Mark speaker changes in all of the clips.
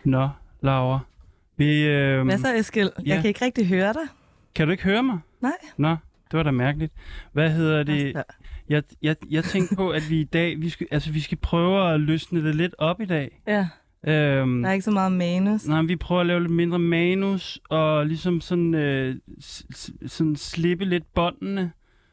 Speaker 1: Nå, Laura.
Speaker 2: Hvad så, Eskild? Ja. Jeg kan ikke rigtig høre dig.
Speaker 1: Kan du ikke høre mig?
Speaker 2: Nej.
Speaker 1: Nå, det var da mærkeligt. Hvad hedder det? Jeg tænkte på, at vi i dag, vi skal prøve at løsne det lidt op i dag.
Speaker 2: Ja. Der er ikke så meget manus.
Speaker 1: Nej, vi prøver at lave lidt mindre manus, og ligesom sådan, sådan slippe lidt båndene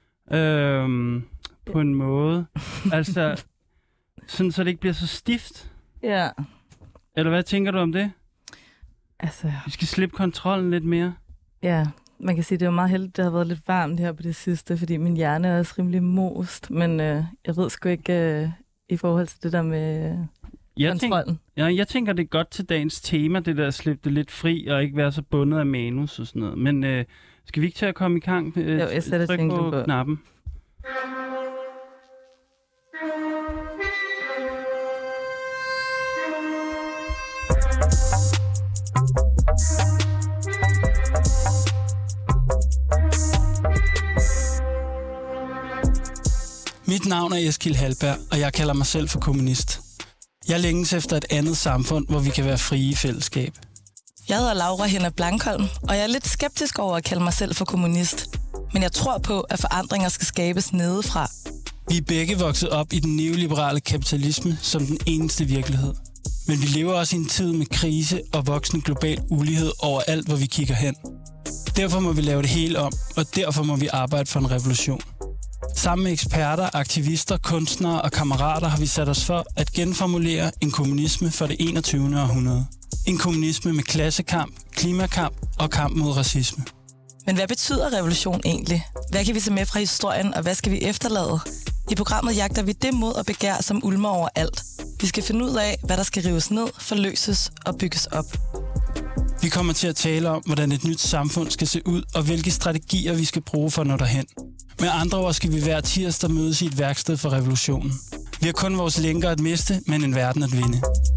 Speaker 1: på en måde. Altså, sådan så det ikke bliver så stift.
Speaker 2: Ja.
Speaker 1: Eller hvad tænker du om det?
Speaker 2: Altså...
Speaker 1: Vi skal slippe kontrollen lidt mere.
Speaker 2: Ja, man kan sige, at det er jo meget heldigt, det har været lidt varmt her på det sidste, fordi min hjerne er også rimelig most, men jeg ved sgu ikke i forhold til det der med kontrollen.
Speaker 1: Jeg tænker, det er godt til dagens tema, det der at slippe det lidt fri og ikke være så bundet af manus og sådan noget. Men skal vi ikke til at komme i gang?
Speaker 2: Jo, jeg sætter
Speaker 1: tryk på knappen. Mit navn er Eskild Halberg, og jeg kalder mig selv for kommunist. Jeg længes efter et andet samfund, hvor vi kan være frie i fællesskab.
Speaker 3: Jeg hedder Laura Henna Blankholm, og jeg er lidt skeptisk over at kalde mig selv for kommunist. Men jeg tror på, at forandringer skal skabes nedefra.
Speaker 1: Vi er begge vokset op i den neoliberale kapitalisme som den eneste virkelighed. Men vi lever også i en tid med krise og voksende global ulighed overalt, hvor vi kigger hen. Derfor må vi lave det hele om, og derfor må vi arbejde for en revolution. Sammen med eksperter, aktivister, kunstnere og kammerater har vi sat os for at genformulere en kommunisme for det 21. århundrede. En kommunisme med klassekamp, klimakamp og kamp mod racisme.
Speaker 3: Men hvad betyder revolution egentlig? Hvad kan vi se med fra historien, og hvad skal vi efterlade? I programmet jagter vi det mod og begær, som ulmer over alt. Vi skal finde ud af, hvad der skal rives ned, forløses og bygges op.
Speaker 1: Vi kommer til at tale om, hvordan et nyt samfund skal se ud, og hvilke strategier vi skal bruge for at nå derhen. Med andre ord skal vi hver tirsdag mødes i et værksted for revolutionen. Vi har kun vores lænker at miste, men en verden at vinde.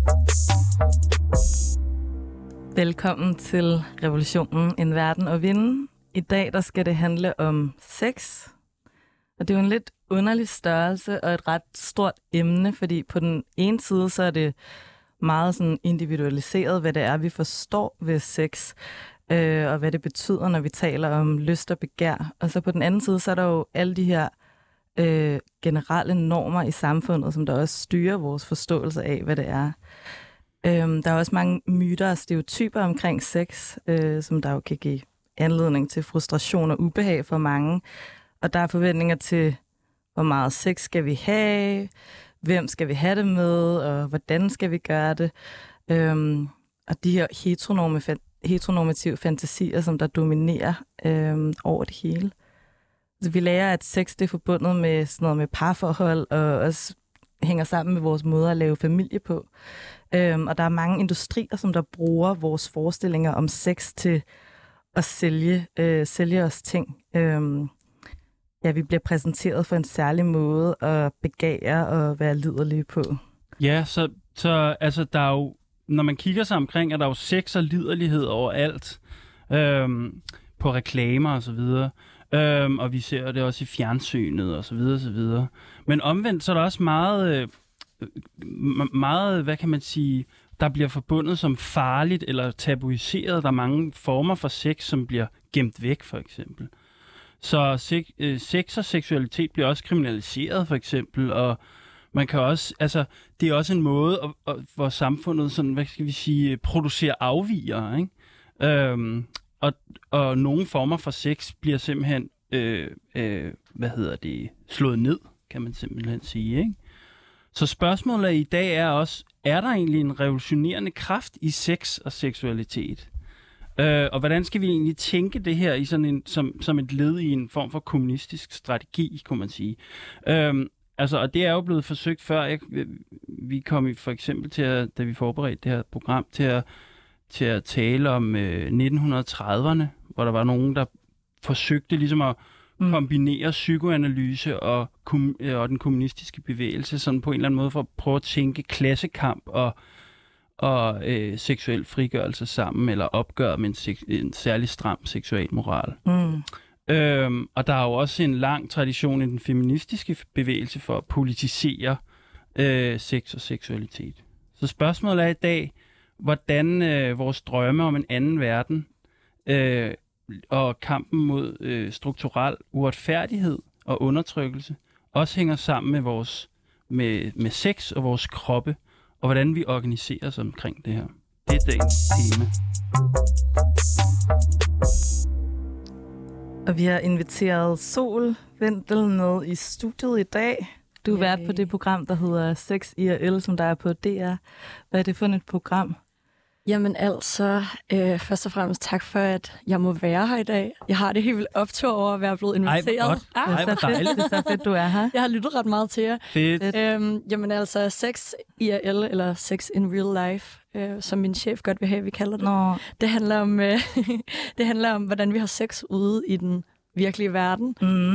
Speaker 2: Velkommen til Revolutionen, en verden at vinde. I dag der skal det handle om sex. Og det er jo en lidt underlig størrelse og et ret stort emne, fordi på den ene side så er det meget sådan individualiseret, hvad det er, vi forstår ved sex, og hvad det betyder, når vi taler om lyst og begær. Og så på den anden side, så er der jo alle de her generelle normer i samfundet, som der også styrer vores forståelse af, hvad det er. Der er også mange myter og stereotyper omkring sex, som der jo kan give anledning til frustration og ubehag for mange. Og der er forventninger til, hvor meget sex skal vi have, hvem skal vi have det med, og hvordan skal vi gøre det. Og de her heteronormative fantasier, som der dominerer over det hele. Så vi lærer, at sex det er forbundet med sådan noget med parforhold, og også hænger sammen med vores måde at lave familie på. Og der er mange industrier, som der bruger vores forestillinger om sex til at sælge os ting. Ja, vi bliver præsenteret for en særlig måde at begære og være liderlige på.
Speaker 1: Ja, så altså, der er jo, når man kigger sig omkring, er der jo sex og liderlighed overalt. På reklamer og så videre. Og vi ser det også i fjernsynet og så videre, så videre. Men omvendt, så er der også meget, hvad kan man sige, der bliver forbundet som farligt eller tabuiseret. Der er mange former for sex, som bliver gemt væk, for eksempel. Så sex og seksualitet bliver også kriminaliseret, for eksempel, og man kan også, altså, det er også en måde, hvor samfundet sådan, hvad skal vi sige, producerer afvigere, ikke? Og nogle former for sex bliver simpelthen, slået ned, kan man simpelthen sige, ikke? Så spørgsmålet i dag er også, er der egentlig en revolutionerende kraft i sex og seksualitet? Og hvordan skal vi egentlig tænke det her i sådan en, som et led i en form for kommunistisk strategi, kunne man sige? Og det er jo blevet forsøgt før. Vi kom for eksempel til, da vi forberedte det her program, til at tale om 1930'erne, hvor der var nogen, der forsøgte ligesom at kombinere psykoanalyse og den kommunistiske bevægelse sådan på en eller anden måde for at prøve at tænke klassekamp og seksuel frigørelse sammen, eller opgør med en særlig stram seksuel moral. Og der er jo også en lang tradition i den feministiske bevægelse for at politisere sex og seksualitet. Så spørgsmålet er i dag, hvordan vores drømme om en anden verden og kampen mod strukturel uretfærdighed og undertrykkelse også hænger sammen med med sex og vores kroppe, og hvordan vi organiserer os omkring det her. Det er dagens tema.
Speaker 2: Og vi har inviteret Sol Vendel med i studiet i dag. Du er vært på det program, der hedder Sex IRL, som der er på DR. Hvad er det for et program?
Speaker 4: Jamen altså, først og fremmest tak for, at jeg må være her i dag. Jeg har det helt vildt optur over at være blevet inviteret.
Speaker 1: Ej, hvor godt. Ej, hvor dejligt.
Speaker 2: Det er så fedt, du er her.
Speaker 4: Jeg har lyttet ret meget til jer.
Speaker 1: Fedt.
Speaker 4: Jamen altså, Sex IRL, eller Sex in Real Life, som min chef godt vil have, vi kalder det.
Speaker 2: Nå.
Speaker 4: Det handler om, hvordan vi har sex ude i den virkelige verden.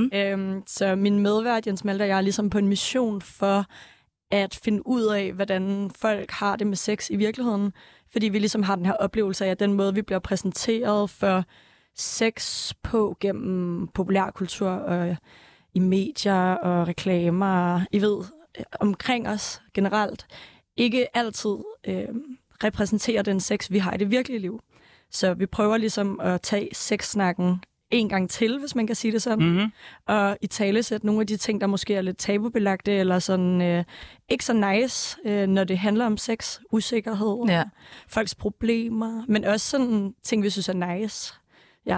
Speaker 4: Så min medvært, Jens Malte, og jeg er ligesom på en mission for at finde ud af, hvordan folk har det med sex i virkeligheden. Fordi vi ligesom har den her oplevelse af, at den måde, vi bliver præsenteret for sex på gennem populærkultur og i medier og reklamer, I ved, omkring os generelt, ikke altid repræsenterer den sex, vi har i det virkelige liv. Så vi prøver ligesom at tage sexsnakken en gang til, hvis man kan sige det sådan. Og i talesæt nogle af de ting, der måske er lidt tabubelagte, eller sådan ikke så nice, når det handler om sex, usikkerhed, folks problemer, men også sådan ting, vi synes er nice. Ja.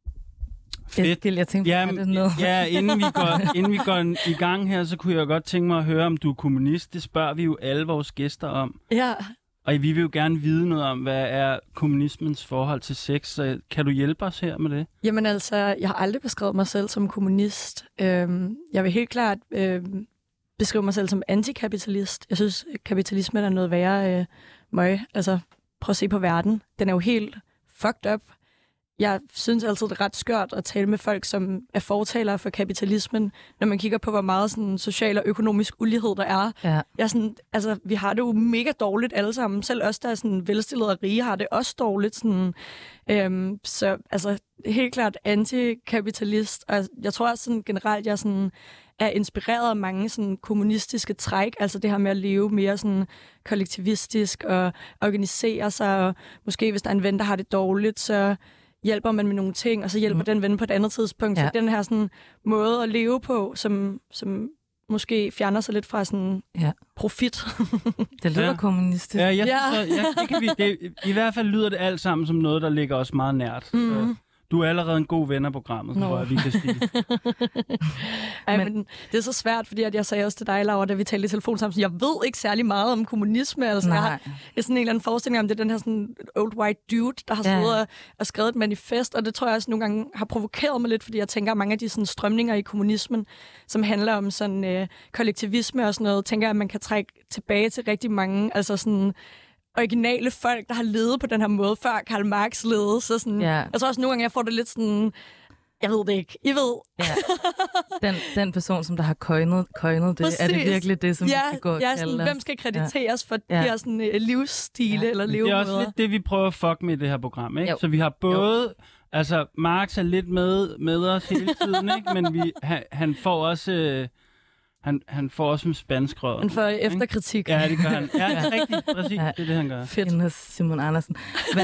Speaker 1: Fedt.
Speaker 2: Jeg tænkte på noget.
Speaker 1: Ja, inden vi går i gang her, så kunne jeg godt tænke mig at høre, om du er kommunist. Det spørger vi jo alle vores gæster om.
Speaker 4: Ja.
Speaker 1: Og vi vil jo gerne vide noget om, hvad er kommunismens forhold til sex. Så kan du hjælpe os her med det?
Speaker 4: Jamen altså, jeg har aldrig beskrevet mig selv som kommunist. Jeg vil helt klart beskrive mig selv som antikapitalist. Jeg synes, kapitalismen er noget værre møg. Altså, prøv at se på verden. Den er jo helt fucked up. Jeg synes altid, det er ret skørt at tale med folk, som er fortalere for kapitalismen, når man kigger på, hvor meget sådan, social og økonomisk ulighed der er. Ja. Jeg er sådan, altså, vi har det jo mega dårligt alle sammen. Selv os, der er sådan velstillede og rige, har det også dårligt. Sådan, så altså, helt klart antikapitalist. Og jeg tror også sådan, generelt, jeg sådan, er inspireret af mange sådan, kommunistiske træk. Altså det her med at leve mere sådan, kollektivistisk og organisere sig. Og måske hvis der er en ven, der har det dårligt, så hjælper man med nogle ting, og så hjælper den ven på et andet tidspunkt. Ja. Så den her sådan, måde at leve på, som måske fjerner sig lidt fra sådan profit.
Speaker 2: Det lyder kommunistisk.
Speaker 1: Ja, det kan vi. I hvert fald lyder det alt sammen som noget, der ligger os meget nært. Du er allerede en god ven af programmet, tror jeg, vi kan sige.
Speaker 4: Men det er så svært, fordi at jeg sagde også til dig, Laura, da vi talte i telefon sammen, jeg ved ikke særlig meget om kommunisme. Altså, jeg har sådan en eller anden forestilling om, det er den her sådan old white dude, der har stået og skrevet et manifest, og det tror jeg også nogle gange har provokeret mig lidt, fordi jeg tænker, at mange af de sådan, strømninger i kommunismen, som handler om sådan kollektivisme og sådan noget, tænker jeg, at man kan trække tilbage til rigtig mange, altså sådan originale folk, der har levet på den her måde, før Karl Marx levede. Så sådan, jeg tror også nogle gange, jeg får det lidt sådan, jeg ved det ikke. I ved.
Speaker 2: Ja. Den person, som der har coinet det, præcis. Er det virkelig det, som vi skal gå og kalde
Speaker 4: sådan, hvem skal krediteres for de her sådan, livsstile eller levemåder?
Speaker 1: Det er også lidt det, vi prøver at fuck med i det her program. Ikke? Så vi har både, altså Marx er lidt med os hele tiden, ikke? Men han får også... Han får også en spansk rød.
Speaker 4: Han får efterkritik.
Speaker 1: Ja, det gør han. Ja, det er rigtigt. Præcis, det er det, han gør.
Speaker 2: Fedt. Simon Andersen.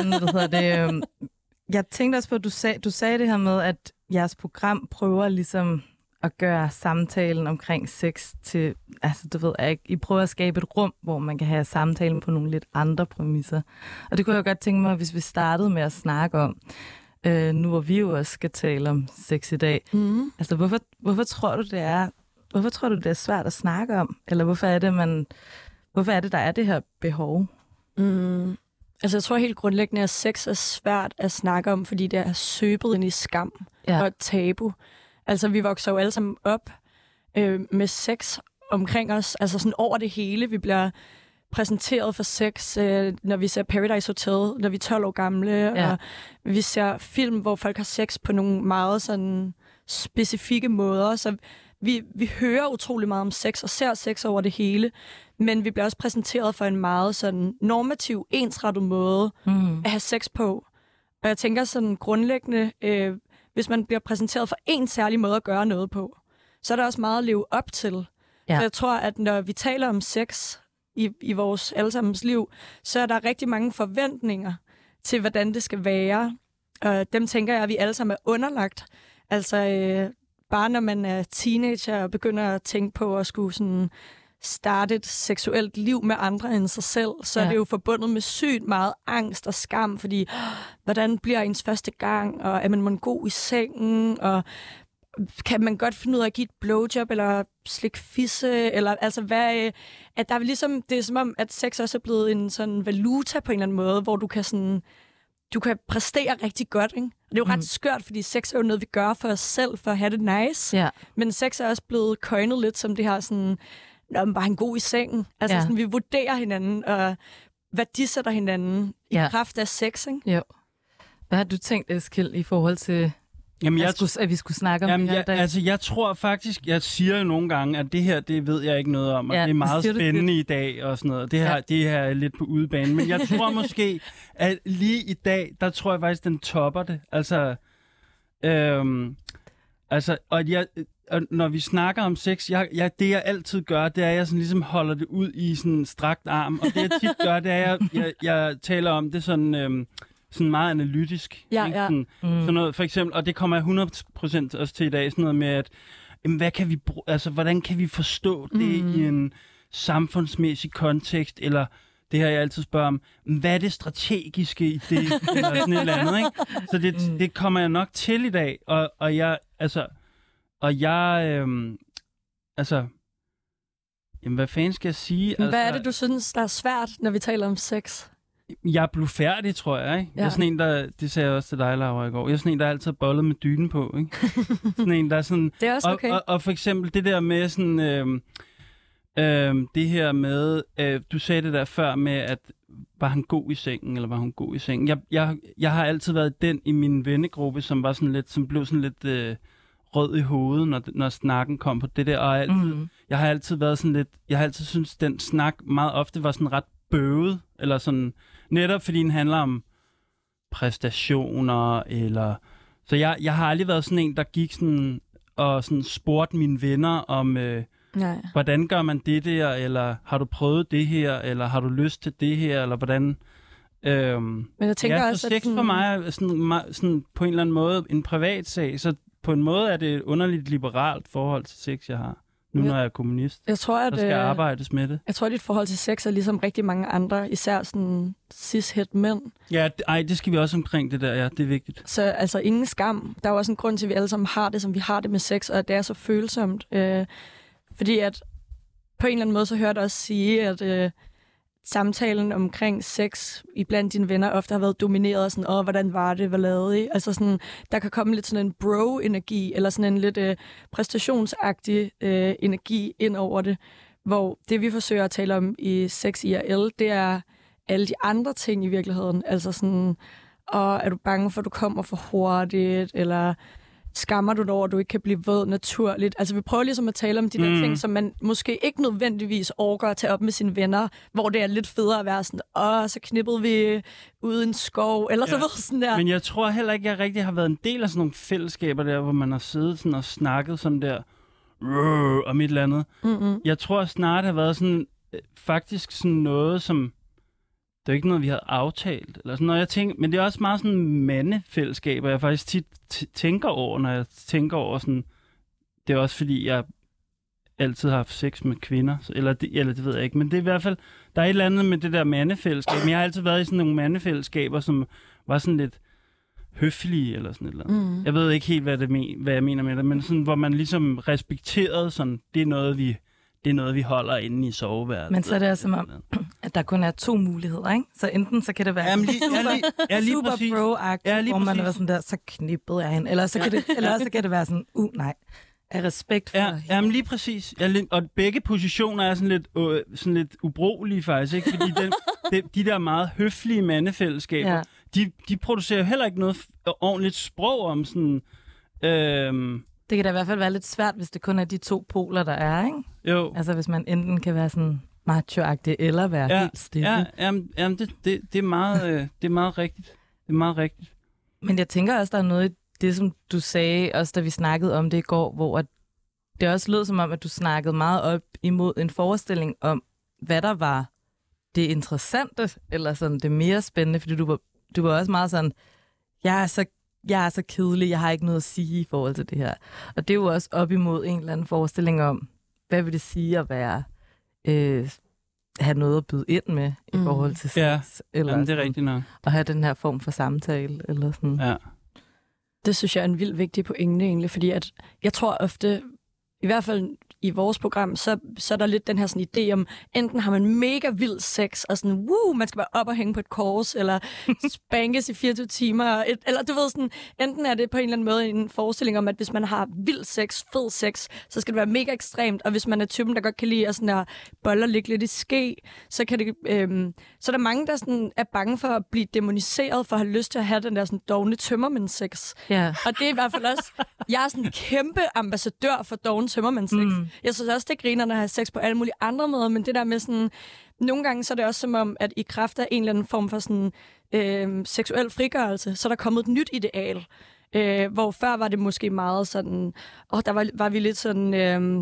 Speaker 2: Jeg tænkte også på, at du sagde det her med, at jeres program prøver ligesom at gøre samtalen omkring sex til, altså du ved ikke, I prøver at skabe et rum, hvor man kan have samtalen på nogle lidt andre præmisser. Og det kunne jeg godt tænke mig, hvis vi startede med at snakke om, nu hvor vi jo også skal tale om sex i dag. Altså hvorfor tror du, det er svært at snakke om? Eller hvorfor er det, der er det her behov?
Speaker 4: Altså, jeg tror helt grundlæggende, at sex er svært at snakke om, fordi det er søbet ind i skam og tabu. Altså, vi vokser jo alle sammen op med sex omkring os, altså sådan over det hele. Vi bliver præsenteret for sex, når vi ser Paradise Hotel, når vi er 12 år gamle, og vi ser film, hvor folk har sex på nogle meget sådan specifikke måder, så vi hører utrolig meget om sex og ser sex over det hele, men vi bliver også præsenteret for en meget sådan normativ, ensrettet måde at have sex på. Og jeg tænker sådan grundlæggende, hvis man bliver præsenteret for en særlig måde at gøre noget på, så er der også meget at leve op til. Så jeg tror, at når vi taler om sex i vores allesammens liv, så er der rigtig mange forventninger til, hvordan det skal være. Og dem tænker jeg, at vi alle sammen er underlagt. Altså, bare når man er teenager og begynder at tænke på at skulle sådan starte et seksuelt liv med andre end sig selv, så er det jo forbundet med sygt meget angst og skam, fordi hvordan bliver ens første gang, og er man god i sengen, og kan man godt finde ud af at give et blowjob, eller slik fisse, eller altså hvad, at der er ligesom, det er som om, at sex også er blevet en sådan valuta på en eller anden måde, hvor du kan præstere rigtig godt, ikke? Og det er jo ret skørt, fordi sex er jo noget, vi gør for os selv, for at have det nice. Ja. Men sex er også blevet coinet lidt som det her sådan, var han god i sengen? Altså sådan, vi vurderer hinanden, og værdisætter hinanden i kraft af sex, ikke?
Speaker 2: Jo. Hvad har du tænkt, Eskild, i forhold til, at vi skulle snakke om det her i dag?
Speaker 1: Altså, jeg tror faktisk, jeg siger jo nogle gange, at det her, det ved jeg ikke noget om, og det er meget spændende i dag og sådan noget. Det her er lidt på udebane, men jeg tror måske, at lige i dag, der tror jeg faktisk, den topper det. Altså, og når vi snakker om sex, det jeg altid gør, det er, at jeg sådan ligesom holder det ud i sådan en strakt arm, og det jeg tit gør, det er, at jeg taler om det sådan meget analytisk. Sådan noget, for eksempel, og det kommer jeg 100% også til i dag, sådan noget med, at hvad kan vi hvordan kan vi forstå det i en samfundsmæssig kontekst, eller det her, jeg altid spørger om, hvad er det strategiske i det, eller sådan et eller andet, ikke? Så det kommer jeg nok til i dag, og jeg, hvad fanden skal jeg sige?
Speaker 4: Hvad er det, du synes, der er svært, når vi taler om sex?
Speaker 1: Jeg er blufærdig, tror jeg, ikke? Jeg er sådan en, det sagde jeg også til dig, Laura, i går. Jeg er sådan en, der altid har bollet med dynen på, ikke? Sådan en, der er sådan...
Speaker 4: Det er også okay.
Speaker 1: Og for eksempel det der med sådan... det her med... du sagde det der før med, at var han god i sengen, eller var hun god i sengen? Jeg har altid været den i min vennegruppe, som var sådan lidt... Som blev sådan lidt... rød i hovedet, når snakken kom på det der, og jeg har altid været sådan lidt, jeg har altid syntes, den snak meget ofte var sådan ret bøvet, eller sådan, netop fordi den handler om præstationer, eller, så jeg har aldrig været sådan en, der gik sådan, og sådan spurgte mine venner om, hvordan gør man det der, eller har du prøvet det her, eller har du lyst til det her, eller hvordan...
Speaker 4: Men jeg tænker også,
Speaker 1: sex for mig er sådan på en eller anden måde en privat sag, så på en måde er det et underligt liberalt forhold til sex, jeg har. Nu når jeg er kommunist.
Speaker 4: Jeg tror, at,
Speaker 1: der skal arbejdes med det.
Speaker 4: Jeg tror, at dit forhold til sex er ligesom rigtig mange andre, især sådan cis-het mænd.
Speaker 1: Ja, det skal vi også omkring det der, ja, det er vigtigt.
Speaker 4: Så altså ingen skam. Der er også en grund til, at vi alle sammen har det, som vi har det med sex, og at det er så følsomt. Fordi at på en eller anden måde, så hører jeg også sige, at samtalen omkring sex iblandt dine venner ofte har været domineret af sådan, hvordan var det, hvad lavede I? Altså sådan, der kan komme lidt sådan en bro-energi, eller sådan en lidt præstationsagtig energi ind over det, hvor det, vi forsøger at tale om i sex IRL, det er alle de andre ting i virkeligheden. Altså sådan, er du bange for, at du kommer for hurtigt, eller skammer du dig over, at du ikke kan blive våd naturligt? Altså, vi prøver ligesom at tale om de der ting, som man måske ikke nødvendigvis overgår at tage op med sine venner, hvor det er lidt federe at være sådan, så knippede vi ude i en skov, eller så ved sådan der.
Speaker 1: Men jeg tror heller ikke, jeg rigtig har været en del af sådan nogle fællesskaber der, hvor man har siddet sådan og snakket sådan der, om et eller andet. Jeg tror snart har været sådan, faktisk sådan noget, som det er ikke noget, vi har aftalt, eller sådan noget, jeg tænker, men det er også meget sådan mandefællesskaber, jeg faktisk tit tænker over, når jeg tænker over sådan, det er også fordi, jeg altid har haft sex med kvinder, eller det ved jeg ikke, men det er i hvert fald, der er et eller andet med det der mandefællesskab, men jeg har altid været i sådan nogle mandefællesskaber, som var sådan lidt høflige, eller sådan et eller andet. Jeg ved ikke helt, hvad jeg mener med det, men sådan, hvor man ligesom respekterede sådan, det er noget, vi holder inde i soveværelset.
Speaker 2: Men så er det som om, at der kun er 2 muligheder, ikke? Så enten så kan det være super bro-agtigt, hvor man er sådan der, så knippede jeg hende. Eller så kan det være sådan, nej, af respekt for hende.
Speaker 1: Jamen lige præcis. Og begge positioner er sådan lidt ubrugelige faktisk, ikke? Fordi de der meget høflige mandefællesskaber, de producerer heller ikke noget ordentligt sprog om sådan...
Speaker 2: Det kan da i hvert fald være lidt svært, hvis det kun er de 2 poler, der er, ikke?
Speaker 1: Jo.
Speaker 2: Altså, hvis man enten kan være sådan macho-agtig, eller være helt stille.
Speaker 1: Jamen, det er meget rigtigt. Det er meget rigtigt.
Speaker 2: Men jeg tænker også, der er noget i det, som du sagde, også da vi snakkede om det i går, hvor det også lød som om, at du snakkede meget op imod en forestilling om, hvad der var det interessante, eller sådan det mere spændende, fordi du var også meget sådan, jeg er så kedelig, jeg har ikke noget at sige i forhold til det her. Og det er jo også op imod en eller anden forestilling om, hvad vil det sige at være, have noget at byde ind med i forhold til sex.
Speaker 1: Ja,
Speaker 2: eller
Speaker 1: jamen, det er rigtigt nok.
Speaker 2: at have den her form for samtale, eller sådan.
Speaker 1: Ja.
Speaker 4: Det synes jeg er en vildt vigtig pointe egentlig, fordi at jeg tror ofte, i hvert fald i vores program, så er der lidt den her sådan idé om, enten har man mega vild sex, og sådan, man skal være op og hænge på et kors, eller spankes i 24 timer, eller du ved sådan, enten er det på en eller anden måde en forestilling om, at hvis man har vild sex, fed sex, så skal det være mega ekstremt, og hvis man er typen, der godt kan lide at sådan der boller ligge lidt i ske, så kan det, så er der mange, der sådan er bange for at blive demoniseret, for at have lyst til at have den der sådan dovne tømmermænd-sex.
Speaker 2: Ja.
Speaker 4: Og det er i hvert fald også, jeg er sådan en kæmpe ambassadør for dovne tømmermænd-sex. Jeg synes også, det griner, når jeg har sex på alle mulige andre måder, men det der med sådan, nogle gange så er det også som om, at i kraft af en eller anden form for sådan seksuel frigørelse, så er der kommet et nyt ideal. Hvor før var det måske meget sådan, der var vi lidt sådan,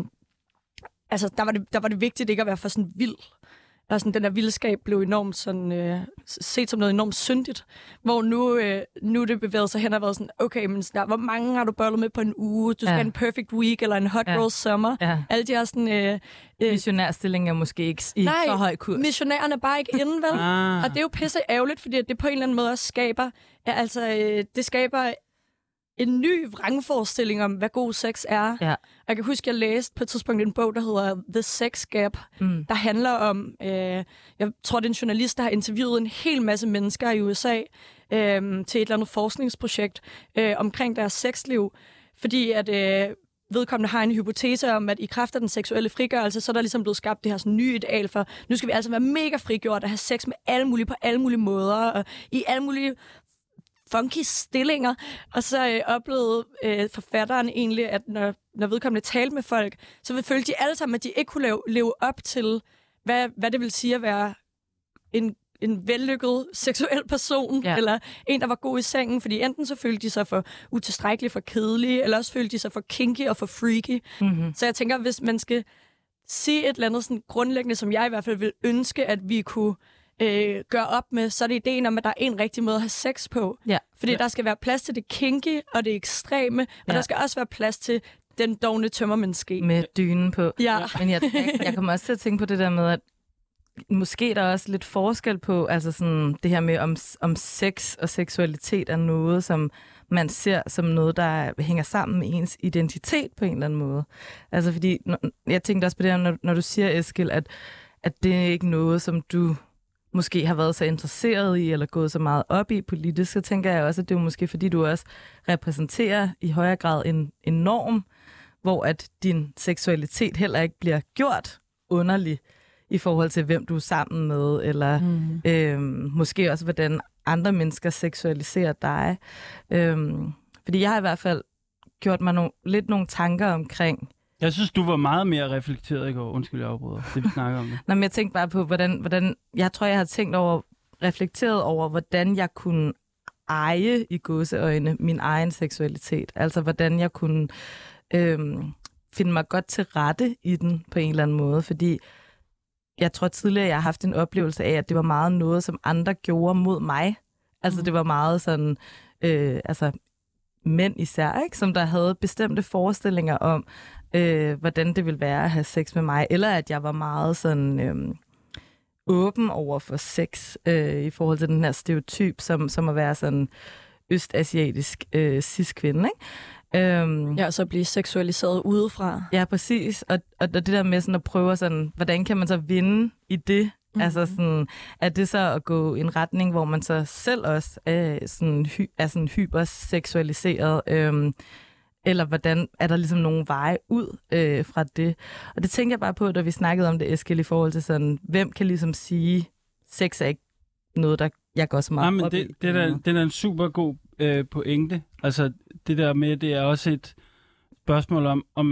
Speaker 4: altså der var det vigtigt ikke at være for sådan vild. Og sådan, den der vildskab blev enormt sådan, set som noget enormt syndigt. Hvor nu det bevæget sig hen og været sådan, okay, men sådan, hvor mange har du bollet med på en uge? Du skal have en perfect week eller en hot girl summer. Ja. Alle de her sådan...
Speaker 2: missionærstillinger er måske ikke i så høj kurs.
Speaker 4: Missionærerne er bare ikke inde, vel? Og det er jo pisse ærgerligt, fordi det på en eller anden måde også skaber... det skaber en ny vrangforestilling om, hvad god sex er. Ja. Jeg kan huske, jeg læste på et tidspunkt en bog, der hedder The Sex Gap, der handler om, jeg tror, det er en journalist, der har interviewet en hel masse mennesker i USA til et eller andet forskningsprojekt omkring deres sexliv, fordi at vedkommende har en hypotese om, at i kraft af den seksuelle frigørelse, så er der ligesom blevet skabt det her sådan nye ideal for, nu skal vi altså være mega frigjort og have sex med alle mulige på alle mulige måder, og i alle mulige funky stillinger, og så oplevede forfatteren egentlig, at når vedkommende talte med folk, så følte de alle sammen, at de ikke kunne leve op til, hvad det vil sige at være en vellykket seksuel person, eller en, der var god i sengen, fordi enten så følte de sig for utilstrækkeligt, for kedelige, eller også følte de sig for kinky og for freaky. Mm-hmm. Så jeg tænker, hvis man skal sige et eller andet sådan grundlæggende, som jeg i hvert fald vil ønske, at vi kunne gøre op med, så er det ideen om, at der er en rigtig måde at have sex på. Ja. Fordi der skal være plads til det kinky og det ekstreme, og der skal også være plads til den dovne tømmermændske.
Speaker 2: Med dynen på. Ja. Men jeg kommer også til at tænke på det der med, at måske der er også lidt forskel på, altså sådan det her med, om sex og seksualitet er noget, som man ser som noget, der hænger sammen med ens identitet på en eller anden måde. Altså fordi, jeg tænkte også på det her, når du siger, Eskil, at det er ikke noget, som du måske har været så interesseret i, eller gået så meget op i politisk, så tænker jeg også, at det er måske fordi, du også repræsenterer i højere grad en norm, hvor at din seksualitet heller ikke bliver gjort underlig i forhold til, hvem du er sammen med, eller måske også, hvordan andre mennesker seksualiserer dig. Fordi jeg har i hvert fald gjort mig lidt nogle tanker omkring.
Speaker 1: Jeg synes, du var meget mere reflekteret i går. Undskyld, jeg afbryder. Det vi snakker om det.
Speaker 2: Nå, men jeg tænkte bare på, hvordan jeg tror, jeg har reflekteret over, hvordan jeg kunne eje i gåseøjne min egen seksualitet. Altså, hvordan jeg kunne finde mig godt til rette i den på en eller anden måde. Fordi jeg tror tidligere, jeg har haft en oplevelse af, at det var meget noget, som andre gjorde mod mig. Altså, det var meget sådan, mænd især, ikke? Som der havde bestemte forestillinger om, hvordan det ville være at have sex med mig, eller at jeg var meget sådan åben over for sex i forhold til den her stereotyp, som at være sådan østasiatisk cis-kvinde, ikke?
Speaker 4: Ja, så blive seksualiseret udefra.
Speaker 2: Ja, præcis. Og det der med sådan at prøve sådan, hvordan kan man så vinde i det? Mm-hmm. Altså sådan, er det så at gå i en retning, hvor man så selv også er sådan hyperseksualiseret, eller hvordan er der ligesom nogle veje ud fra det? Og det tænker jeg bare på, da vi snakkede om det, Eskil, i forhold til sådan, hvem kan ligesom sige, sex er ikke noget, der jeg går så meget op i.
Speaker 1: Det er en super god pointe. Altså, det der med, det er også et spørgsmål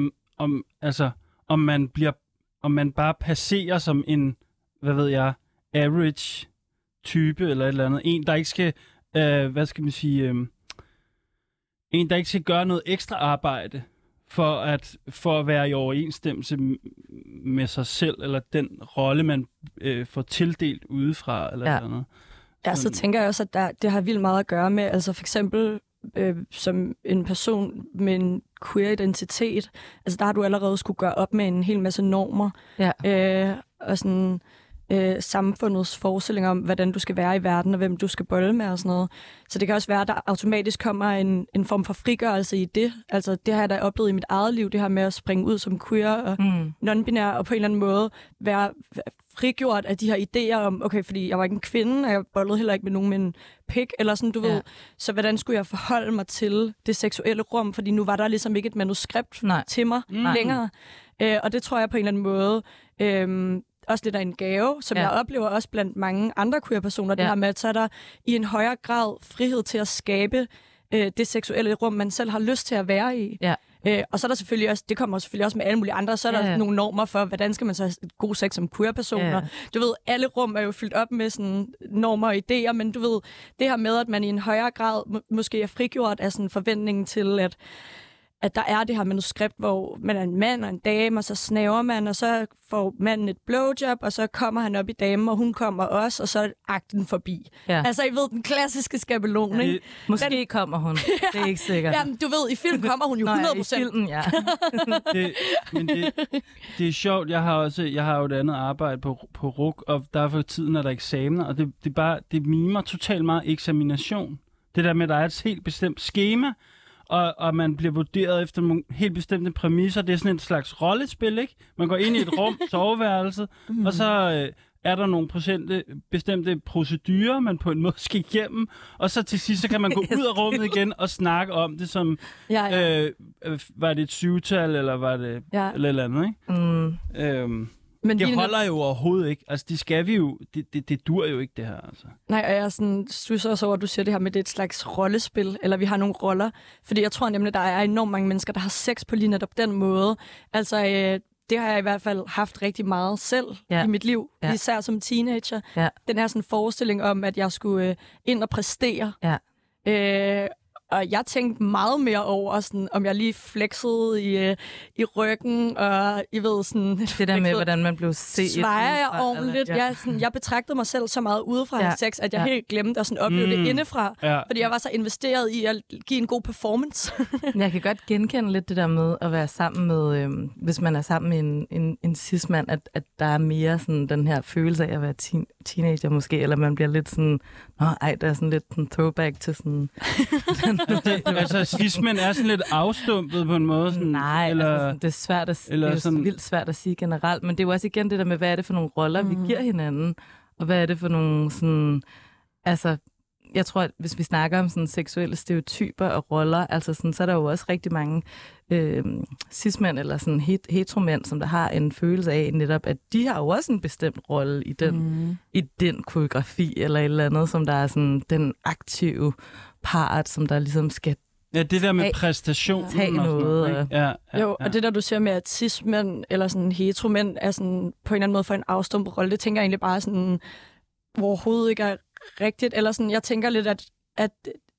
Speaker 1: om man bare passerer som en, hvad ved jeg, average type eller et eller andet. En, der ikke skal, en, der ikke skal gøre noget ekstra arbejde for at være i overensstemmelse med sig selv, eller den rolle, man får tildelt udefra, eller sådan noget.
Speaker 4: Ja, så tænker jeg også, at det har vildt meget at gøre med, altså for eksempel som en person med en queer-identitet, altså der har du allerede skulle gøre op med en hel masse normer, og sådan samfundets forestillinger om, hvordan du skal være i verden, og hvem du skal bolle med og sådan noget. Så det kan også være, at der automatisk kommer en form for frigørelse i det. Altså det har jeg da oplevet i mit eget liv, det her med at springe ud som queer og non-binær, og på en eller anden måde være frigjort af de her idéer om, okay, fordi jeg var ikke en kvinde, og jeg bollede heller ikke med nogen med en pik, eller sådan, du ved. Så hvordan skulle jeg forholde mig til det seksuelle rum? Fordi nu var der ligesom ikke et manuskript til mig længere. Og det tror jeg på en eller anden måde også lidt af en gave, som jeg oplever også blandt mange andre queer-personer, det her med, at så er der i en højere grad frihed til at skabe det seksuelle rum, man selv har lyst til at være i. Ja. Og så er der selvfølgelig også, det kommer selvfølgelig også med alle mulige andre, så er der nogle normer for, hvordan skal man så have god sex som queer-personer. Du ved, alle rum er jo fyldt op med sådan normer og idéer, men du ved, det her med, at man i en højere grad måske er frigjort af sådan forventningen til, at der er det her manuskript, hvor man er en mand og en dame, og så snæver man, og så får manden et blowjob, og så kommer han op i damen, og hun kommer også, og så er akten forbi. Ja. Altså, I ved, den klassiske skabelon, ikke?
Speaker 2: Måske kommer hun. Det er ikke sikkert.
Speaker 4: Ja, du ved, i film kommer hun jo 100%.
Speaker 2: I filmen, ja.
Speaker 1: det er sjovt. Jeg har jo et andet arbejde på RUK, og der er for tiden, at der er eksamener, og det mimer totalt meget eksamination. Det der med, at der er et helt bestemt skema, og man bliver vurderet efter nogle helt bestemte præmisser. Det er sådan en slags rollespil, ikke? Man går ind i et rum, soveværelset, og så er der nogle bestemte procedurer, man på en måde skal igennem, og så til sidst så kan man gå ud af rummet igen og snakke om det som, var det et 7-tal, eller var det eller andet, ikke? Men det holder jo overhovedet ikke. Altså, det skal vi jo. Det dur jo ikke, det her. Altså.
Speaker 4: Nej, og jeg synes også over, at du siger det her med, det er et slags rollespil, eller vi har nogle roller. Fordi jeg tror nemlig, der er enormt mange mennesker, der har sex på lige netop den måde. Altså, det har jeg i hvert fald haft rigtig meget selv i mit liv, især som teenager. Ja. Den her sådan forestilling om, at jeg skulle ind og præstere. Ja. Og jeg tænkte meget mere over, sådan, om jeg lige flexede i ryggen, og I ved sådan...
Speaker 2: Det der med, hvordan man blev set.
Speaker 4: Svejer jeg ordentligt. Jeg betragtede mig selv så meget udefra af sex, at jeg helt glemte at sådan opleve det indefra. Ja. Fordi jeg var så investeret i at give en god performance.
Speaker 2: Jeg kan godt genkende lidt det der med at være sammen med... hvis man er sammen med en cis-mand, at der er mere sådan den her følelse af at være teenager måske, eller man bliver lidt sådan... der er sådan lidt en throwback til sådan...
Speaker 1: Altså, cis-mænd er sådan lidt afstumpet på en måde? Sådan,
Speaker 2: nej, eller, altså, det er svært at, det er sådan, vildt svært at sige generelt, men det er jo også igen det der med, hvad er det for nogle roller, vi giver hinanden, og hvad er det for nogle sådan... Altså, jeg tror, at hvis vi snakker om sådan seksuelle stereotyper og roller, altså sådan, så er der jo også rigtig mange cis-mænd eller sådan heteromænd, som der har en følelse af netop, at de har jo også en bestemt rolle i den koreografi eller et eller andet, som der er sådan den aktive part, som der ligesom skal
Speaker 1: det der med præstation.
Speaker 2: Tage noget.
Speaker 4: Jo, og det der, du siger med, at cis-mænd eller sådan heteromænd er sådan på en eller anden måde for en afstumpet rolle, det tænker jeg egentlig bare sådan overhovedet ikke er rigtigt. Eller sådan, jeg tænker lidt, at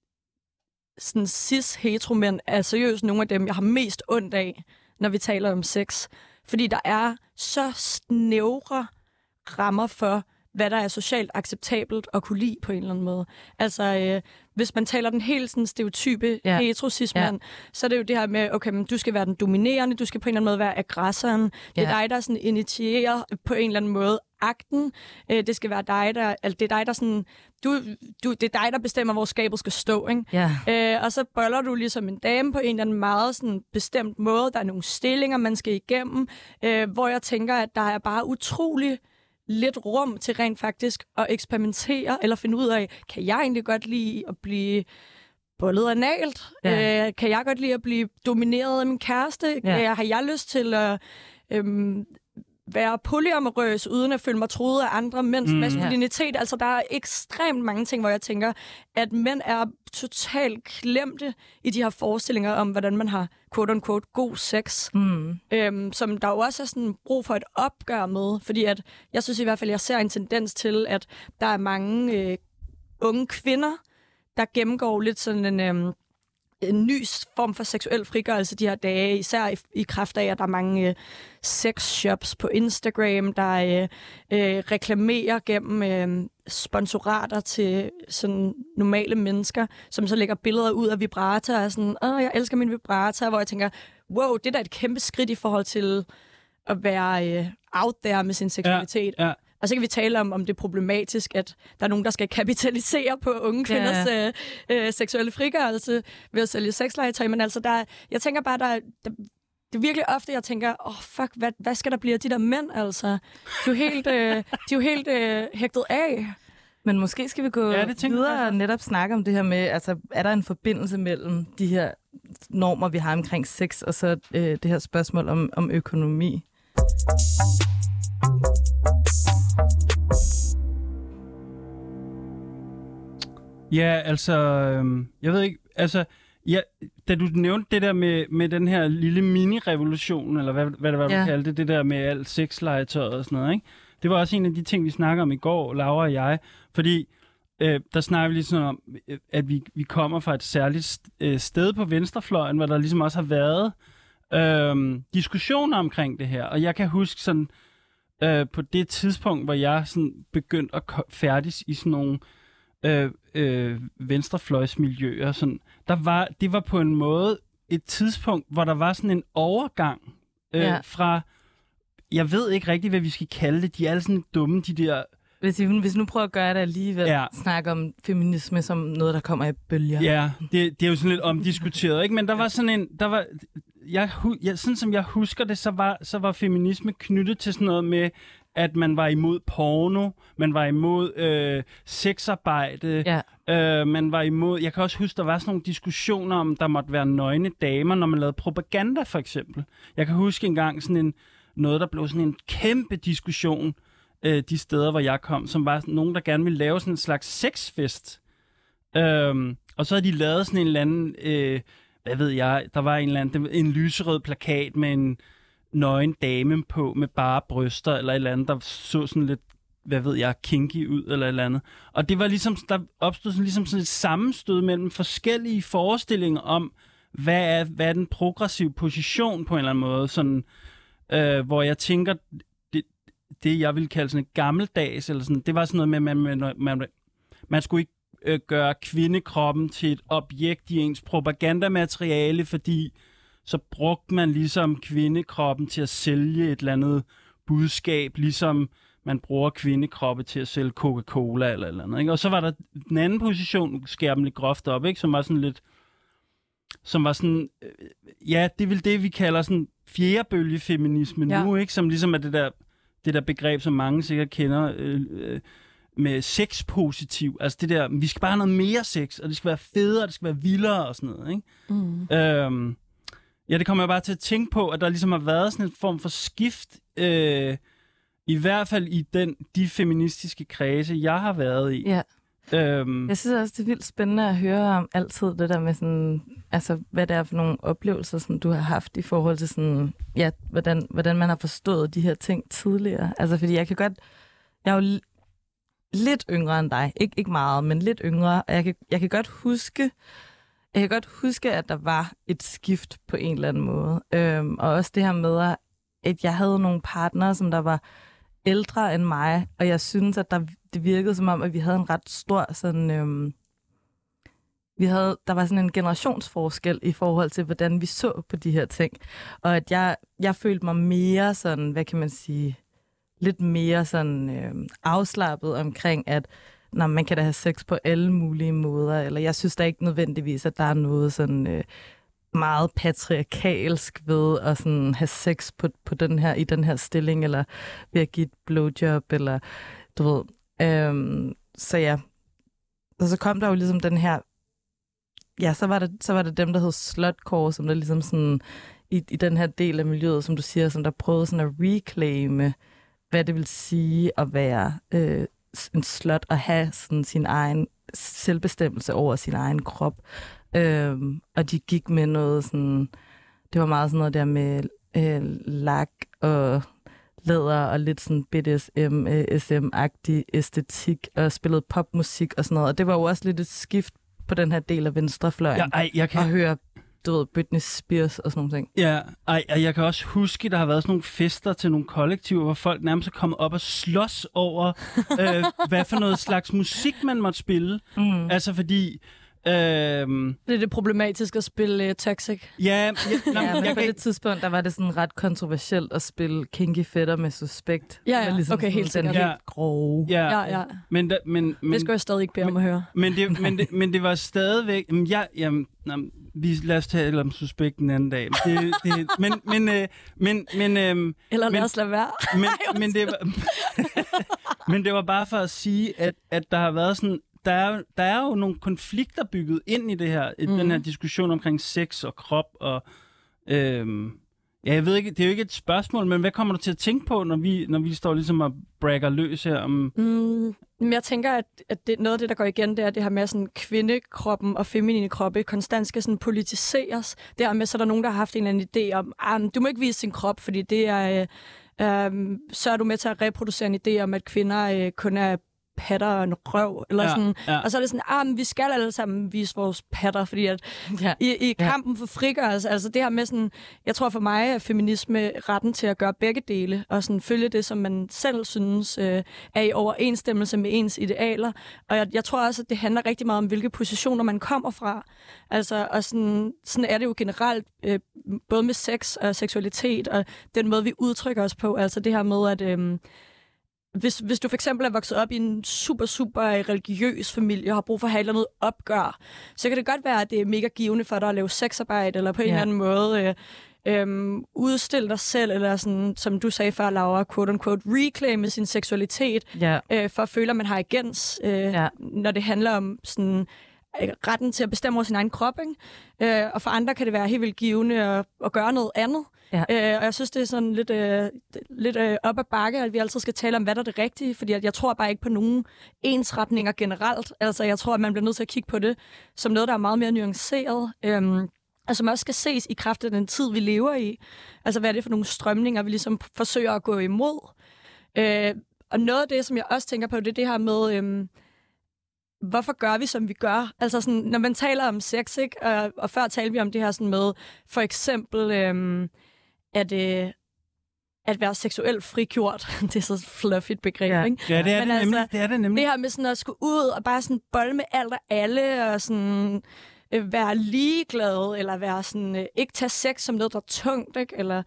Speaker 4: sådan cis-heteromænd er seriøst nogle af dem, jeg har mest ondt af, når vi taler om sex. Fordi der er så snævre rammer for, hvad der er socialt acceptabelt at kunne lide på en eller anden måde. Altså, hvis man taler den helt sådan stereotype heterocismand, så er det jo det her med, okay, men du skal være den dominerende, du skal på en eller anden måde være aggressoren. Det er dig, der sådan initierer på en eller anden måde akten. Det skal være dig, der... Altså, det er dig, der sådan... det er dig, der bestemmer, hvor skabet skal stå, ikke? Og så boller du ligesom en dame på en eller anden meget sådan bestemt måde. Der er nogle stillinger, man skal igennem, hvor jeg tænker, at der er bare utrolig lidt rum til rent faktisk at eksperimentere, eller finde ud af, kan jeg egentlig godt lide at blive bollet analt? Kan jeg godt lide at blive domineret af min kæreste? Har jeg lyst til at være polyamorøs, uden at føle mig truet af andre mænds maskulinitet? Altså, der er ekstremt mange ting, hvor jeg tænker, at mænd er totalt klemte i de her forestillinger om, hvordan man har quote-unquote god sex. Som der jo også er sådan brug for et opgør med, fordi at jeg synes i hvert fald, jeg ser en tendens til, at der er mange unge kvinder, der gennemgår lidt sådan en en ny form for seksuel frigørelse de her dage, især i kraft af, at der er mange sexshops på Instagram, der reklamerer gennem sponsorater til sådan normale mennesker, som så lægger billeder ud af vibrator og sådan, jeg elsker min vibrator, hvor jeg tænker, wow, det er da et kæmpe skridt i forhold til at være out there med sin seksualitet.
Speaker 1: Ja.
Speaker 4: Og så kan vi tale om det er problematisk, at der er nogen, der skal kapitalisere på unge kvinders seksuelle frigørelse ved at sælge sexlegetøj. Men altså, jeg tænker bare, det er virkelig ofte, jeg tænker, fuck, hvad skal der blive af de der mænd, altså? De er jo helt hægtet af.
Speaker 2: Men måske skal vi gå videre og netop snakke om det her med, altså, er der en forbindelse mellem de her normer, vi har omkring sex, og så det her spørgsmål om økonomi?
Speaker 1: Ja, altså, jeg ved ikke, altså, da du nævnte det der med den her lille mini-revolution, eller hvad det var, du kaldte det der med alt sexlegetøjet og sådan noget, ikke? Det var også en af de ting, vi snakkede om i går, Laura og jeg, fordi der snakker vi ligesom om, at vi kommer fra et særligt sted på venstrefløjen, hvor der ligesom også har været diskussioner omkring det her, og jeg kan huske sådan, på det tidspunkt, hvor jeg sådan begyndte at færdes i sådan nogle venstrefløjsmiljøer, sådan, det var på en måde et tidspunkt, hvor der var sådan en overgang fra, jeg ved ikke rigtigt, hvad vi skal kalde det, de er alle sådan dumme, de der...
Speaker 2: Hvis nu prøver at gøre det alligevel, snakke om feminisme som noget, der kommer i bølger. Ja,
Speaker 1: det er jo sådan lidt omdiskuteret, ikke? Men der var sådan en... sådan som jeg husker det, så var feminisme knyttet til sådan noget med, at man var imod porno, man var imod sexarbejde, man var imod... Jeg kan også huske, der var sådan nogle diskussioner om, der måtte være nøgne damer, når man lavede propaganda, for eksempel. Jeg kan huske engang sådan noget, der blev sådan en kæmpe diskussion, de steder, hvor jeg kom, som var nogen, der gerne ville lave sådan en slags sexfest. Og så havde de lavet sådan en eller anden, hvad ved jeg, der var en lyserød plakat med en nøgen dame på, med bare bryster, eller et eller andet, der så sådan lidt, hvad ved jeg, kinky ud, eller et eller andet. Og det var ligesom, der opstod sådan et sammenstød mellem forskellige forestillinger om, hvad er den progressive position på en eller anden måde, sådan, hvor jeg tænker, det jeg ville kalde sådan et gammeldags, eller sådan, det var sådan noget med, man skulle ikke gøre kvindekroppen til et objekt i ens propagandamateriale, fordi så brugte man ligesom kvindekroppen til at sælge et eller andet budskab, ligesom man bruger kvindekroppe til at sælge Coca-Cola eller andet, ikke? Og så var der den anden position, skærer dem lidt groft op, ikke? Som var sådan lidt, som var sådan, det er vel det, vi kalder sådan fjerdebølgefeminisme nu, ikke? Som ligesom er det der begreb, som mange sikkert kender med sex-positiv. Altså det der, vi skal bare have noget mere sex, og det skal være federe, det skal være vildere og sådan noget, ikke? Det kommer jeg bare til at tænke på, at der ligesom har været sådan en form for skift, i hvert fald i de feministiske kredse, jeg har været i. Ja.
Speaker 2: Jeg synes også, det er vildt spændende at høre om altid det der med sådan, altså hvad det er for nogle oplevelser, som du har haft i forhold til sådan, hvordan man har forstået de her ting tidligere. Altså fordi jeg er jo lidt yngre end dig, ikke meget, men lidt yngre, og jeg kan godt huske, at der var et skift på en eller anden måde. Og også det her med, at jeg havde nogle partnere, som der var ældre end mig, og jeg synes, at det virkede som om, at vi havde en ret stor sådan... der var sådan en generationsforskel i forhold til, hvordan vi så på de her ting. Og at jeg følte mig mere sådan, hvad kan man sige, lidt mere sådan afslappet omkring, at man kan da have sex på alle mulige måder, eller jeg synes da ikke nødvendigvis, at der er noget sådan meget patriarkalsk ved at sådan have sex på den her, i den her stilling, eller ved at give et blowjob, eller du ved. Så ja. Og så kom der jo ligesom den her, så var det dem, der hed slutcore, som der ligesom sådan, i den her del af miljøet, som du siger, som der prøvede sådan at reclaime, hvad det vil sige at være en slut, og have sådan sin egen selvbestemmelse over sin egen krop. Og de gik med noget sådan, det var meget sådan noget der med lak og læder og lidt sådan BDSM, SM-agtig æstetik, og spillede popmusik og sådan noget. Og det var jo også lidt et skift på den her del af venstrefløjen
Speaker 1: Jeg kan...
Speaker 2: og høre, du ved, Britney Spears og sådan nogle ting.
Speaker 1: Ja, jeg kan også huske, der har været sådan nogle fester til nogle kollektiver, hvor folk nærmest er kommet op og slås over, hvad for noget slags musik man måtte spille. Altså fordi...
Speaker 4: Det er det problematiske at spille Toxic.
Speaker 1: Ja,
Speaker 2: men på det tidspunkt, der var det sådan ret kontroversielt at spille Kinky Fætter med Suspekt.
Speaker 4: Ja,
Speaker 2: ligesom
Speaker 4: okay, helt
Speaker 2: den
Speaker 4: sikkert.
Speaker 2: helt grove.
Speaker 4: Ja.
Speaker 1: Men
Speaker 4: det skal jeg stadig ikke bede om at høre.
Speaker 1: Men det var stadigvæk... lad os tale om Suspekt en anden dag.
Speaker 4: Eller lad os lade være.
Speaker 1: Men det var bare for at sige, at der har været sådan... Der er jo nogle konflikter bygget ind i det her, den her diskussion omkring sex og krop og jeg ved ikke, det er jo ikke et spørgsmål, men hvad kommer du til at tænke på, når vi står ligesom og bragger løs her om...
Speaker 4: Jeg tænker, at det, noget af det, der går igen, det er det her med, sådan kvindekroppen og feminine kroppe konstant skal sådan politiseres. Dermed så er der nogen, der har haft en eller anden idé om, du må ikke vise sin krop, fordi det er... så er du med til at reproducere en idé om, at kvinder kun er patter og en røv, eller sådan. Ja. Og så er det sådan, vi skal alle sammen vise vores patter, fordi at i kampen for frigørelse, altså det her med sådan, jeg tror for mig er feminisme retten til at gøre begge dele, og sådan følge det, som man selv synes er i overensstemmelse med ens idealer. Og jeg tror også, at det handler rigtig meget om, hvilke positioner man kommer fra. Altså, og sådan er det jo generelt, både med sex og seksualitet, og den måde, vi udtrykker os på. Altså det her med, at hvis du for eksempel er vokset op i en super, super religiøs familie og har brug for at have et eller andet opgør, så kan det godt være, at det er mega givende for dig at lave sexarbejde, eller på en eller anden måde udstille dig selv, eller sådan, som du sagde før, Laura, quote-unquote, reclaime sin seksualitet, for at føle, at man har agens, når det handler om sådan retten til at bestemme over sin egen krop, ikke? Og for andre kan det være helt vildt givende at gøre noget andet. Ja. Og jeg synes, det er sådan lidt op ad bakke, at vi altid skal tale om, hvad der er det rigtige, fordi jeg tror bare ikke på nogen ensretninger generelt. Altså, jeg tror, at man bliver nødt til at kigge på det som noget, der er meget mere nuanceret, og som også skal ses i kraft af den tid, vi lever i. Altså, hvad er det for nogle strømninger, vi ligesom forsøger at gå imod? Og noget af det, som jeg også tænker på, det er det her med... hvorfor gør vi, som vi gør? Altså sådan, når man taler om sex, ikke? Og før talte vi om det her sådan med, for eksempel, at være seksuelt frigjort. Det er så et fluffigt begreb, ikke?
Speaker 1: Ja, det er, det, nemlig. Det er det nemlig.
Speaker 4: Det her med sådan at skulle ud og bare sådan bolle med alt og alle, og sådan være ligeglad, eller være sådan, ikke tage sex som noget, der er tungt, ikke? Eller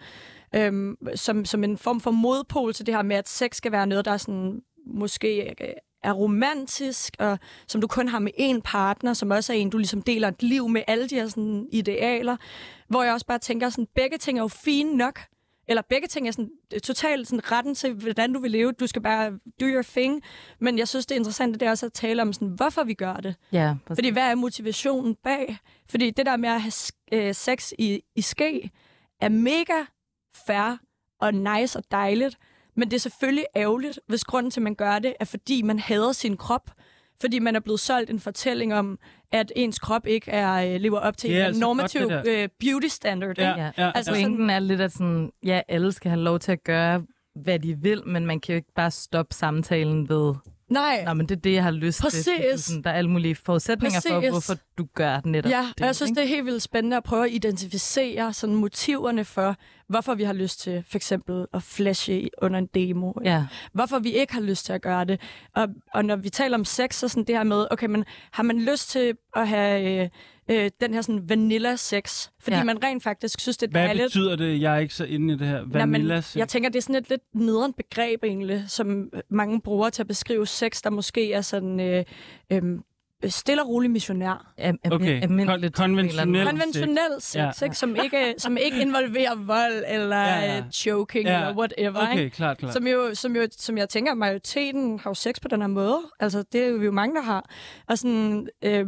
Speaker 4: som en form for modpol til det her med, at sex skal være noget, der er sådan, måske er romantisk, og som du kun har med én partner, som også er en, du ligesom deler et liv med, alle de her sådan idealer, hvor jeg også bare tænker, sådan, begge ting er jo fine nok, eller begge ting er sådan, totalt sådan, retten til, hvordan du vil leve, du skal bare do your thing, men jeg synes, det er interessant, det er også at tale om, sådan, hvorfor vi gør det.
Speaker 2: Ja,
Speaker 4: fordi hvad er motivationen bag? Fordi det der med at have sex i ske, er mega fair og nice og dejligt, men det er selvfølgelig ærgerligt, hvis grunden til, at man gør det, er fordi man hader sin krop. Fordi man er blevet solgt en fortælling om, at ens krop ikke lever op til en normativ beauty standard.
Speaker 2: Ja. Altså, pointen er lidt, at sådan, alle skal have lov til at gøre, hvad de vil, men man kan jo ikke bare stoppe samtalen ved...
Speaker 4: Nej.
Speaker 2: Nå, men det er det, jeg har lyst til. Sådan, der er alle mulige forudsætninger for, hvorfor du gør netop det.
Speaker 4: Ja, og jeg synes, det er helt vildt spændende at prøve at identificere sådan motiverne for, hvorfor vi har lyst til for eksempel at flashe under en demo.
Speaker 2: Ja.
Speaker 4: Hvorfor vi ikke har lyst til at gøre det. Og når vi taler om sex, så sådan det her med, okay, men har man lyst til at have den her sådan vanilla sex, fordi man rent faktisk synes, det er dejligt.
Speaker 1: Hvad betyder det? Jeg er ikke så inde i det her. Vanilla sex?
Speaker 4: Jeg tænker, det er sådan et lidt nederen begreb egentlig, som mange bruger til at beskrive sex, der måske er sådan stille og rolig missionær.
Speaker 1: Okay, konventionel
Speaker 4: sex, ikke? Som ikke involverer vold eller choking eller whatever.
Speaker 1: Okay,
Speaker 4: ikke?
Speaker 1: klart.
Speaker 4: Som jeg tænker, majoriteten har jo sex på den her måde. Altså, det er jo mange, der har. Og sådan,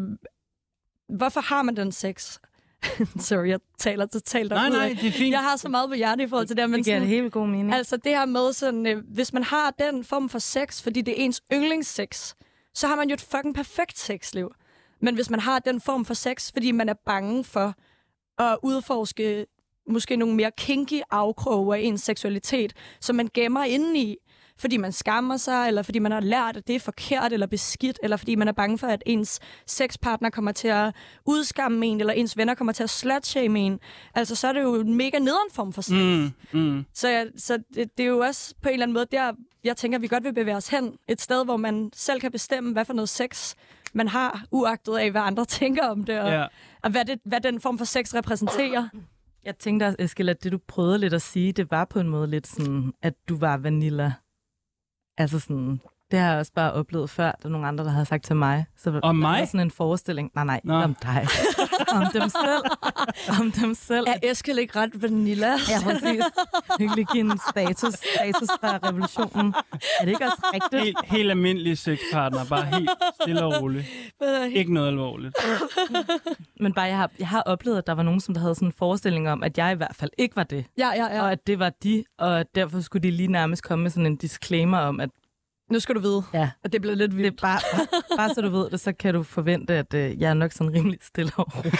Speaker 4: hvorfor har man den sex? Sorry, jeg taler totalt
Speaker 1: Nej, det er fint.
Speaker 4: Jeg har så meget på hjertet i forhold til det. Men
Speaker 2: det giver det helt god mening.
Speaker 4: Altså, det her med sådan, hvis man har den form for sex, fordi det er ens yndlingssex, så har man jo et fucking perfekt sexliv. Men hvis man har den form for sex, fordi man er bange for at udforske måske nogle mere kinky afkroge af ens seksualitet, som man gemmer indeni, fordi man skammer sig, eller fordi man har lært, at det er forkert eller beskidt, eller fordi man er bange for, at ens sexpartner kommer til at udskamme en, eller ens venner kommer til at slutshame en. Altså, så er det jo en mega nederen form for sex. Så det er jo også på en eller anden måde der, jeg tænker, at vi godt vil bevæge os hen. Et sted, hvor man selv kan bestemme, hvad for noget sex man har, uagtet af, hvad andre tænker om det, og hvad den form for sex repræsenterer.
Speaker 2: Jeg tænkte, Eskild, at det du prøvede lidt at sige, det var på en måde lidt sådan, at du var vanilla. Altså sådan, det har jeg også bare oplevet før. Der er nogle andre, der havde sagt til mig. Så
Speaker 1: om mig?
Speaker 2: Der var sådan en forestilling. Nej, om dig. Om dem selv. Om dem selv.
Speaker 4: Er Eskild ikke ret vanilla?
Speaker 2: Ja, præcis. Hyggelig give en status fra revolutionen. Er det ikke også rigtigt?
Speaker 1: Helt almindelig sexpartner, bare helt stille og roligt. Ikke noget alvorligt.
Speaker 2: Men bare, jeg har oplevet, at der var nogen, som der havde sådan en forestilling om, at jeg i hvert fald ikke var det.
Speaker 4: Ja.
Speaker 2: Og at det var de, og at derfor skulle de lige nærmest komme med sådan en disclaimer om, at
Speaker 4: nu skal du vide, at det bliver lidt vildt.
Speaker 2: Det bare så du ved det, så kan du forvente, at jeg er nok sådan rimelig stille og rolig.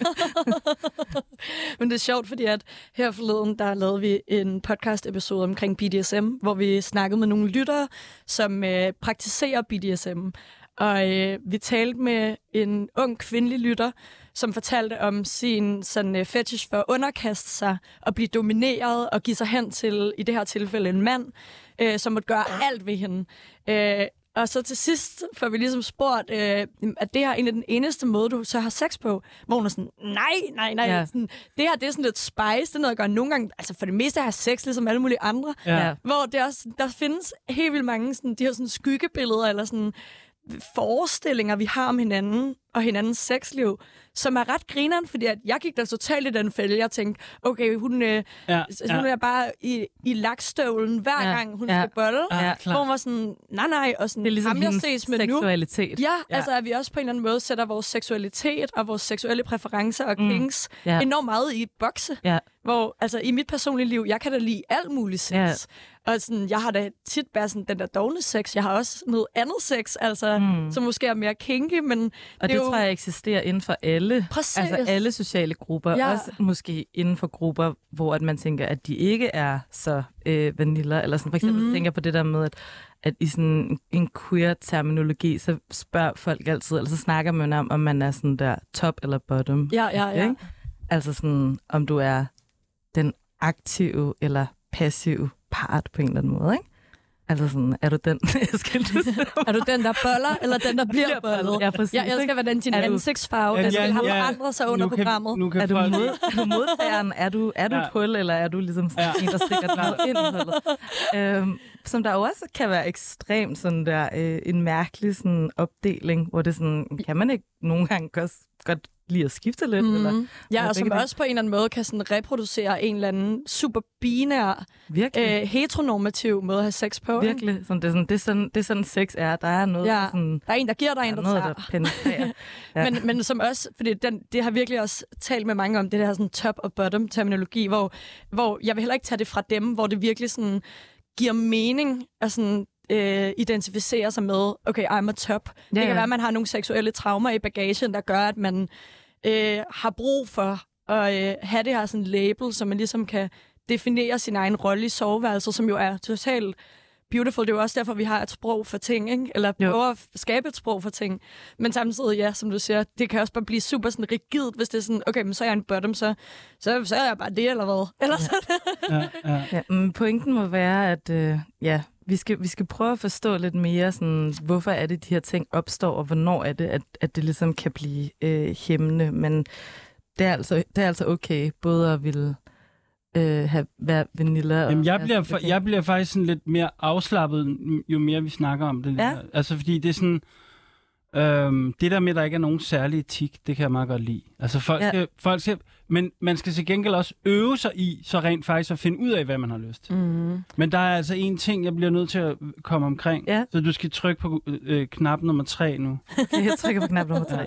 Speaker 4: Men det er sjovt, fordi at her forleden, der lavede vi en podcast-episode omkring BDSM, hvor vi snakkede med nogle lyttere, som praktiserer BDSM. Og vi talte med en ung kvindelig lytter, som fortalte om sin sådan, fetish for at underkaste sig og blive domineret og give sig hen til, i det her tilfælde, en mand, som måtte gøre alt ved hende. Og så til sidst får vi ligesom spurgt, at det her er egentlig den eneste måde, du så har sex på. Hvor hun er sådan, nej.
Speaker 2: Ja.
Speaker 4: Sådan, det her, det er sådan lidt spice. Det er noget, jeg gør nogle gange. Altså for det meste har jeg sex, ligesom alle mulige andre.
Speaker 1: Ja.
Speaker 4: Hvor det også, der findes helt vildt mange sådan, de her sådan, skyggebilleder, eller sådan forestillinger, vi har om hinanden og hinandens sexliv, som er ret grineren, fordi at jeg gik da totalt i den fælde. Jeg tænkte, okay, hun er bare i lakstøvlen hver gang, hun skal bolle. Hvor hun var sådan, nej, og sådan,
Speaker 2: det er ligesom
Speaker 4: ham, jeg ses med
Speaker 2: seksualitet.
Speaker 4: Nu. Ja, altså at vi også på en eller anden måde sætter vores seksualitet og vores seksuelle præferencer og kinks enormt meget i bokse. Ja. Hvor, altså i mit personlige liv, jeg kan da lide alt muligt sex. Ja. Og sådan, jeg har da tit bare sådan den der dogne sex. Jeg har også noget andet sex, altså, som måske er mere kinky, men
Speaker 2: og det tror jeg eksisterer inden for alle.
Speaker 4: Præcis.
Speaker 2: Altså alle sociale grupper. Også måske inden for grupper, hvor at man tænker, at de ikke er så vanilla. Eller sådan. For eksempel tænker jeg på det der med, at i sådan en queer-terminologi, så spørger folk altid, eller så snakker man om man er sådan der top eller bottom.
Speaker 4: Ja.
Speaker 2: Ikke? Altså sådan, om du er den aktive eller passive part på en eller anden måde, ikke? Altså sådan, er du den,
Speaker 4: er du den, der boller, eller den, der bliver bollet?
Speaker 2: Ja, præcis.
Speaker 4: Jeg elsker, hvordan din ansigtsfarve har forandret sig under programmet.
Speaker 2: Er du modtageren? Er du et hul, eller er du ligesom en, der stikker noget ind i hullet? Som der jo også kan være ekstremt sådan der, en mærkelig sådan opdeling, hvor det sådan, kan man ikke nogle gange godt lige at skifte lidt? Eller,
Speaker 4: ja, og som også på en eller anden måde kan sådan reproducere en eller anden super binær, heteronormativ måde at have sex på.
Speaker 2: Virkelig. Sådan, det er sådan sex er. Der er noget, sådan,
Speaker 4: der er en, der giver dig, en, der tager.
Speaker 2: Der penetrerer.
Speaker 4: men som også, fordi det har virkelig også talt med mange om, det der sådan top og bottom terminologi, hvor jeg vil heller ikke tage det fra dem, hvor det virkelig sådan giver mening at sådan identificere sig med, okay, I'm a top. Det kan være, at man har nogle seksuelle traumer i bagagen, der gør, at man har brug for at have det her sådan label, så man ligesom kan definere sin egen rolle i soveværelset, som jo er totalt beautiful. Det er jo også derfor, vi har et sprog for ting, ikke? Eller prøver at skabe et sprog for ting. Men samtidig, ja, som du siger, det kan også bare blive super sådan rigidt, hvis det er sådan, okay, men så er jeg en bottom, så er jeg bare det, eller hvad? Eller
Speaker 2: sådan. Pointen må være, at vi skal prøve at forstå lidt mere, sådan, hvorfor er det, de her ting opstår, og hvornår er det, at det ligesom kan blive hæmmende. Men det er altså okay, både at ville være vanilla.
Speaker 1: Jamen, jeg bliver faktisk sådan lidt mere afslappet, jo mere vi snakker om det. Ja. Altså, fordi det er sådan, det der med, at der ikke er nogen særlig etik, det kan jeg meget godt lide. Altså, folk skal, men man skal til gengæld også øve sig i, så rent faktisk at finde ud af, hvad man har lyst til. Men der er altså en ting, jeg bliver nødt til at komme omkring. Ja. Så du skal trykke på knap nummer 3 nu.
Speaker 2: Okay, jeg trykker på knap nummer 3.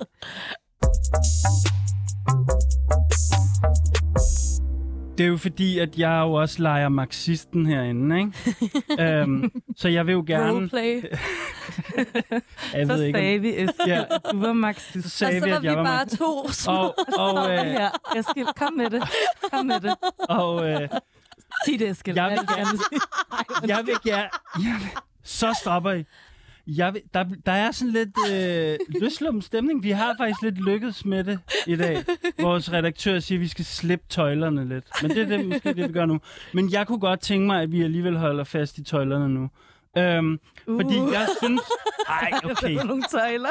Speaker 1: Det er jo fordi, at jeg jo også leger marxisten herinde, ikke? Så jeg vil jo gerne...
Speaker 4: Roleplay.
Speaker 1: Jeg
Speaker 2: så
Speaker 1: ved ikke,
Speaker 2: sagde vi, at du var marxist.
Speaker 1: Så sagde vi, at jeg var
Speaker 4: bare to.
Speaker 1: Og
Speaker 2: jeg skal komme med det.
Speaker 1: Og
Speaker 2: Sig det, Eskild.
Speaker 1: Jeg vil gerne... Så stopper I. Der er sådan lidt løslum stemning. Vi har faktisk lidt lykkedes med det i dag. Vores redaktør siger, at vi skal slippe tøjlerne lidt. Men det er måske det, vi gør nu. Men jeg kunne godt tænke mig, at vi alligevel holder fast i tøjlerne nu. Fordi jeg synes... Ej, okay.
Speaker 2: Der er nogle tøjler.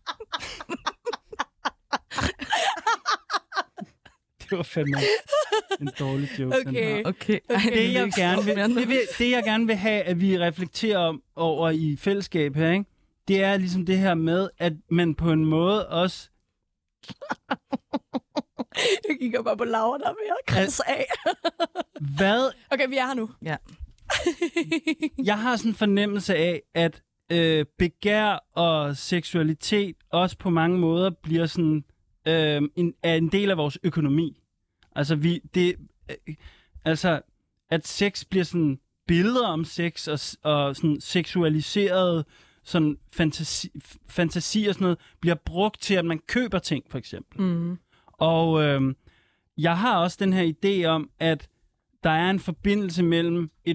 Speaker 1: Det var fandme en dårlig joke.
Speaker 2: Okay.
Speaker 1: Det jeg gerne vil have, at vi reflekterer over i fællesskab her, ikke? Det er ligesom det her med, at man på en måde også...
Speaker 4: Jeg kigger bare på Laura, der er ved at kredse af.
Speaker 1: Hvad?
Speaker 4: Okay, vi er her nu.
Speaker 2: Ja.
Speaker 1: Jeg har sådan en fornemmelse af, at begær og seksualitet også på mange måder bliver sådan en del af vores økonomi. Altså, at sex bliver sådan billeder om sex og sådan seksualiseret sådan fantasi og sådan noget, bliver brugt til, at man køber ting, for eksempel.
Speaker 4: Mm.
Speaker 1: Og jeg har også den her idé om, at der er en forbindelse mellem et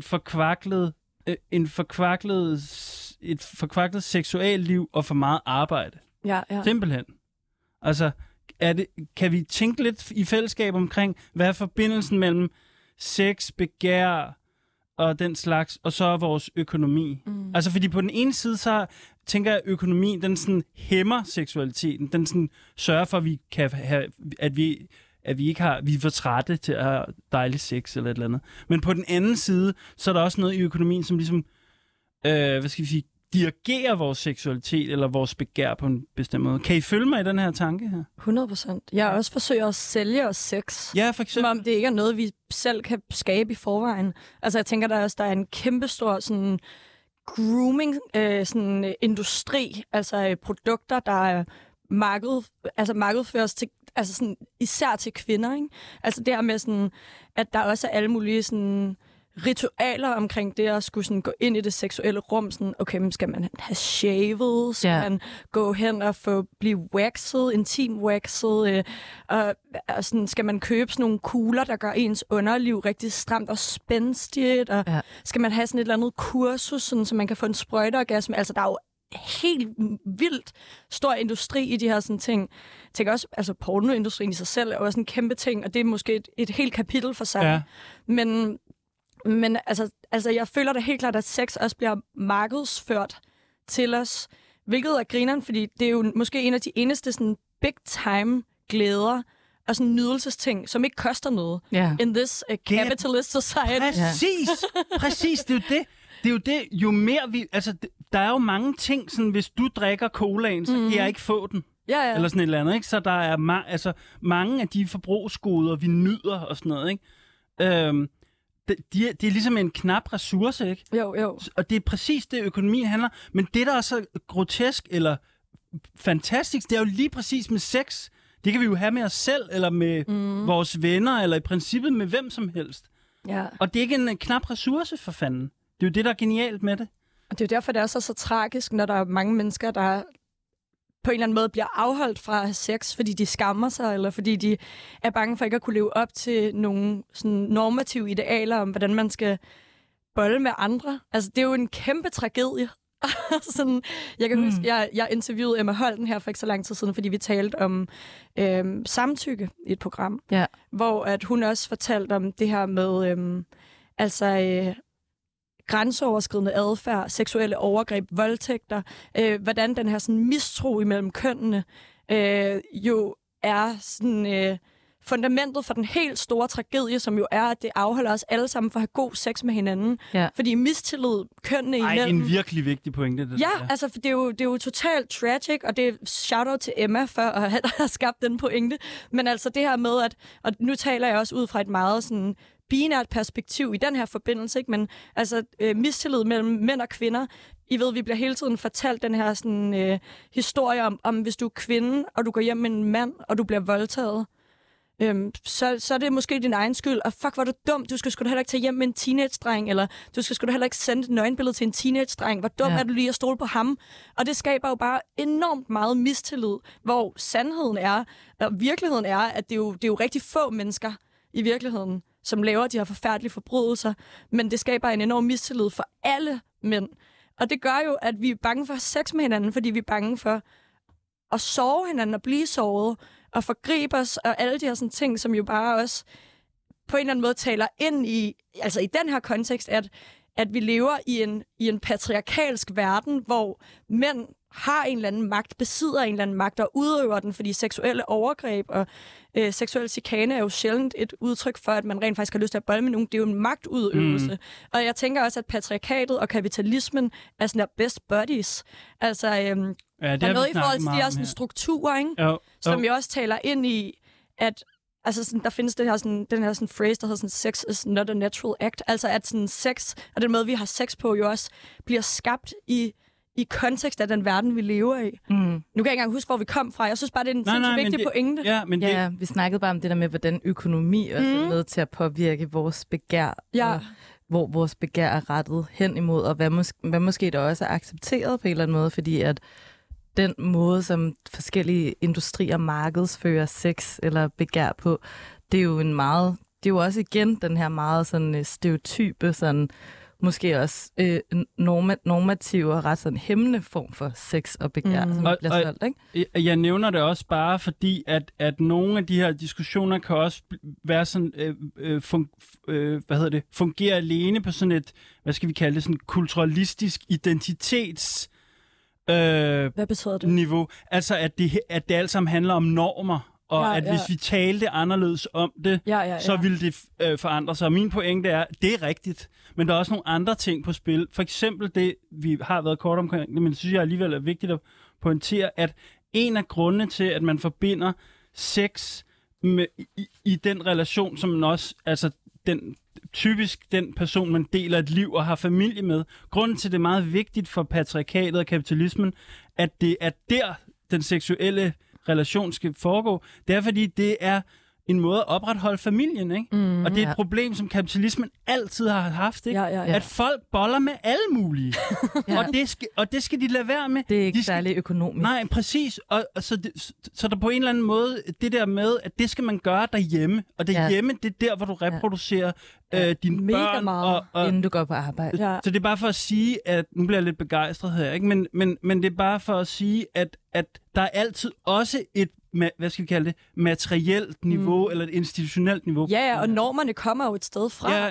Speaker 1: forkvaklet seksualliv og for meget arbejde.
Speaker 4: Ja.
Speaker 1: Simpelthen. Altså, kan vi tænke lidt i fællesskab omkring, hvad er forbindelsen mellem sex, begær og den slags, og så vores økonomi? Mm. Altså, fordi på den ene side, så tænker jeg, at økonomien, den sådan hæmmer seksualiteten. Den sådan sørger for, at vi kan have, at vi er for trætte til at have dejlig sex eller et eller andet. Men på den anden side, så er der også noget i økonomien, som ligesom, dirigerer vores seksualitet eller vores begær på en bestemt måde. Kan I følge mig i den her tanke her?
Speaker 4: 100%. Jeg også forsøger at sælge os sex.
Speaker 1: Ja, for eksempel.
Speaker 4: Som om det ikke er noget, vi selv kan skabe i forvejen. Altså, jeg tænker, der er en kæmpestor sådan grooming sådan industri, altså produkter, der er markedsføres til, altså sådan, især til kvinder, ikke? Altså det her med sådan, at der også er alle mulige sådan ritualer omkring det at skulle sådan gå ind i det seksuelle rum, sådan, okay, men skal man have shavet, skal man gå hen og blive waxet, intim waxet, og sådan, skal man købe sådan nogle kugler, der gør ens underliv rigtig stramt og spændstigt, og skal man have sådan et eller andet kursus, sådan, så man kan få en sprøjteorgasme, altså der er jo helt vildt stor industri i de her sådan ting. Jeg tænker også, altså pornoindustrien i sig selv er også en kæmpe ting, og det er måske et helt kapitel for sig. Ja. Men altså, jeg føler da helt klart, at sex også bliver markedsført til os, hvilket er grineren, fordi det er jo måske en af de eneste sådan big time glæder og sådan nydelsesting, som ikke koster noget in this capitalist society.
Speaker 1: Præcis, det er jo det. Det er jo det, jo mere vi... Altså, der er jo mange ting, sådan, hvis du drikker colaen, så kan jeg ikke få den.
Speaker 4: Ja.
Speaker 1: Eller sådan et eller andet, ikke? Så der er mange af de forbrugsgoder, vi nyder og sådan noget, ikke? Det er ligesom en knap ressource, ikke?
Speaker 4: Jo.
Speaker 1: Og det er præcis det, økonomien handler. Men det, der er så grotesk eller fantastisk, det er jo lige præcis med sex. Det kan vi jo have med os selv, eller med vores venner, eller i princippet med hvem som helst.
Speaker 4: Ja.
Speaker 1: Og det er ikke en knap ressource, for fanden. Det er jo det, der er genialt med det.
Speaker 4: Og det er jo derfor, det er så tragisk, når der er mange mennesker, der på en eller anden måde bliver afholdt fra at have sex, fordi de skammer sig, eller fordi de er bange for ikke at kunne leve op til nogle sådan normative idealer om, hvordan man skal bolle med andre. Altså, det er jo en kæmpe tragedie. Sådan, jeg kan huske, jeg interviewede Emma Holten her for ikke så lang tid siden, fordi vi talte om samtykke i et program, hvor at hun også fortalte om det her med grænseoverskridende adfærd, seksuelle overgreb, voldtægter, hvordan den her sådan mistro imellem kønnene jo er sådan fundamentet for den helt store tragedie, som jo er, at det afholder os alle sammen for at have god sex med hinanden. Ja. Fordi mistillid kønnene imellem...
Speaker 1: det er en virkelig vigtig pointe. Det
Speaker 4: der. Altså for det er jo totalt tragic, og det er shout-out til Emma for at have skabt den pointe. Men altså det her med, at... Og nu taler jeg også ud fra et meget sådan binært perspektiv i den her forbindelse, ikke? Men altså mistillid mellem mænd og kvinder. I ved, vi bliver hele tiden fortalt den her sådan, historie om, hvis du er kvinde, og du går hjem med en mand, og du bliver voldtaget, så er det måske din egen skyld. Og fuck, hvor er du dum. Du skal sgu da heller ikke tage hjem med en teenage-dreng, eller du skal sgu da heller ikke sende et nøgenbillede til en teenage-dreng. Hvor dum er du lige at stole på ham? Og det skaber jo bare enormt meget mistillid, hvor sandheden er, og virkeligheden er, at det er jo rigtig få mennesker i virkeligheden, som laver de her forfærdelige forbrydelser, men det skaber en enorm mistillid for alle mænd. Og det gør jo, at vi er bange for at have sex med hinanden, fordi vi er bange for at sove hinanden og blive såret og forgribe os og alle de her sådan ting, som jo bare også på en eller anden måde taler ind i, altså i den her kontekst, at vi lever i en patriarkalsk verden, hvor mænd har en eller anden magt, besidder en eller anden magt og udøver den, fordi seksuelle overgreb og seksuel chikane er jo sjældent et udtryk for, at man rent faktisk har lyst til at bolle med nogen. Det er jo en magtudøvelse. Og jeg tænker også, at patriarkatet og kapitalismen er sådan der best buddies. Altså, der er noget i forhold til de her sådan, strukturer, ikke? Som jo også taler ind i, at altså sådan, der findes den her sådan phrase, der hedder sådan, sex is not a natural act. Altså at sådan sex, og den måde, vi har sex på, jo også bliver skabt i kontekst af den verden, vi lever i. Nu kan jeg ikke engang huske, hvor vi kom fra. Jeg synes bare, det er en sindssygt vigtig pointe.
Speaker 2: Ja, vi snakkede bare om det der med, hvordan økonomi også er med til at påvirke vores begær. Og hvor vores begær er rettet hen imod, og hvad måske der også er accepteret på en eller anden måde, fordi at den måde, som forskellige industrier markedsfører sex eller begær på, det er jo det er jo også igen den her meget sådan stereotype, sådan måske også normative og ret sådan hæmmende form for sex og begær, som bliver solgt, ikke?
Speaker 1: Jeg nævner det også bare fordi, at nogle af de her diskussioner kan også være sådan, fungere alene på sådan et, hvad skal vi kalde det, sådan kulturalistisk identitets
Speaker 4: hvad betyder det?
Speaker 1: Niveau. Altså, at det alt sammen handler om normer, og hvis vi talte anderledes om det, så ville det forandre sig. Og min pointe er, det er rigtigt, men der er også nogle andre ting på spil. For eksempel det, vi har været kort omkring, men det synes jeg alligevel er vigtigt at pointere, at en af grundene til, at man forbinder sex med, i den relation, som man også, altså typisk den person, man deler et liv og har familie med. Grunden til, det er meget vigtigt for patriarkatet og kapitalismen, at det er der, den seksuelle relation skal foregå. Det er, fordi det er en måde at opretholde familien, ikke? Og det er et problem, som kapitalismen altid har haft, ikke? At folk boller med alle mulige. Og det skal de lade være med.
Speaker 2: Det er ikke særlig økonomisk.
Speaker 1: Nej, præcis. Og så der på en eller anden måde, det der med, at det skal man gøre derhjemme. Og derhjemme, det er der, hvor du reproducerer dine børn. Og
Speaker 2: inden du går på arbejde.
Speaker 1: Så det er bare for at sige, at nu bliver jeg lidt begejstret her, ikke? Men det er bare for at sige, at der er altid også et, hvad skal vi kalde det, materielt niveau, eller et institutionelt niveau.
Speaker 4: Ja, og normerne kommer jo et sted fra.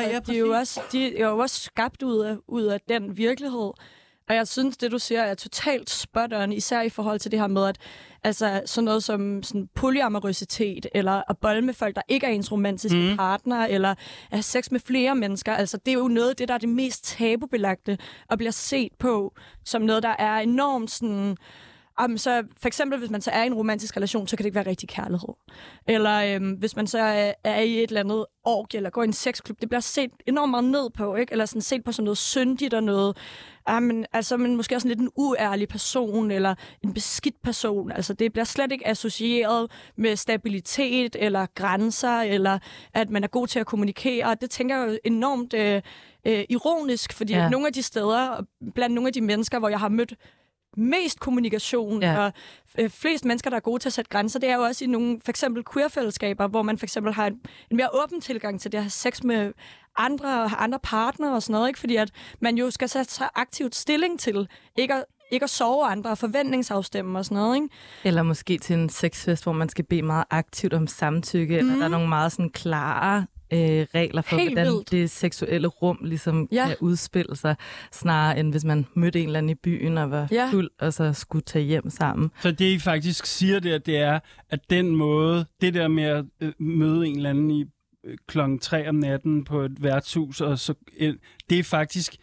Speaker 4: De er jo også skabt ud af den virkelighed. Og jeg synes, det du siger er totalt spot on, især i forhold til det her med, at altså, sådan noget som sådan polyamorøsitet, eller at bolle med folk, der ikke er ens romantiske partnere, eller at have sex med flere mennesker. Altså, det er jo noget af det, der er det mest tabubelagte, og bliver set på som noget, der er enormt sådan... Så for eksempel, hvis man så er i en romantisk relation, så kan det ikke være rigtig kærlighed. Eller hvis man så er i et eller andet orgie, eller går i en sexklub, det bliver set enormt meget ned på, ikke? Eller sådan set på som noget syndigt og noget... men måske også lidt en uærlig person, eller en beskidt person. Altså, det bliver slet ikke associeret med stabilitet, eller grænser, eller at man er god til at kommunikere. Og det tænker jeg jo enormt ironisk, fordi nogle af de steder, blandt nogle af de mennesker, hvor jeg har mødt mest kommunikation og flest mennesker, der er gode til at sætte grænser, det er jo også i nogle for eksempel queer-fællesskaber, hvor man for eksempel har en mere åben tilgang til det at have sex med andre partnere og sådan noget, ikke? Fordi at man jo skal sætte sig aktivt stilling til ikke at sove andre og forventningsafstemme og sådan noget, ikke?
Speaker 2: Eller måske til en sexfest, hvor man skal bede meget aktivt om samtykke, eller der er nogle meget sådan klare regler for, hvordan det seksuelle rum ligesom kan udspille sig, snarere end hvis man mødte en eller anden i byen og var fuld, og så skulle tage hjem sammen.
Speaker 1: Så det, I faktisk siger der, det er, at den måde, det der med at møde en eller anden i klokken 3 om natten på et værtshus, og så, det er faktisk,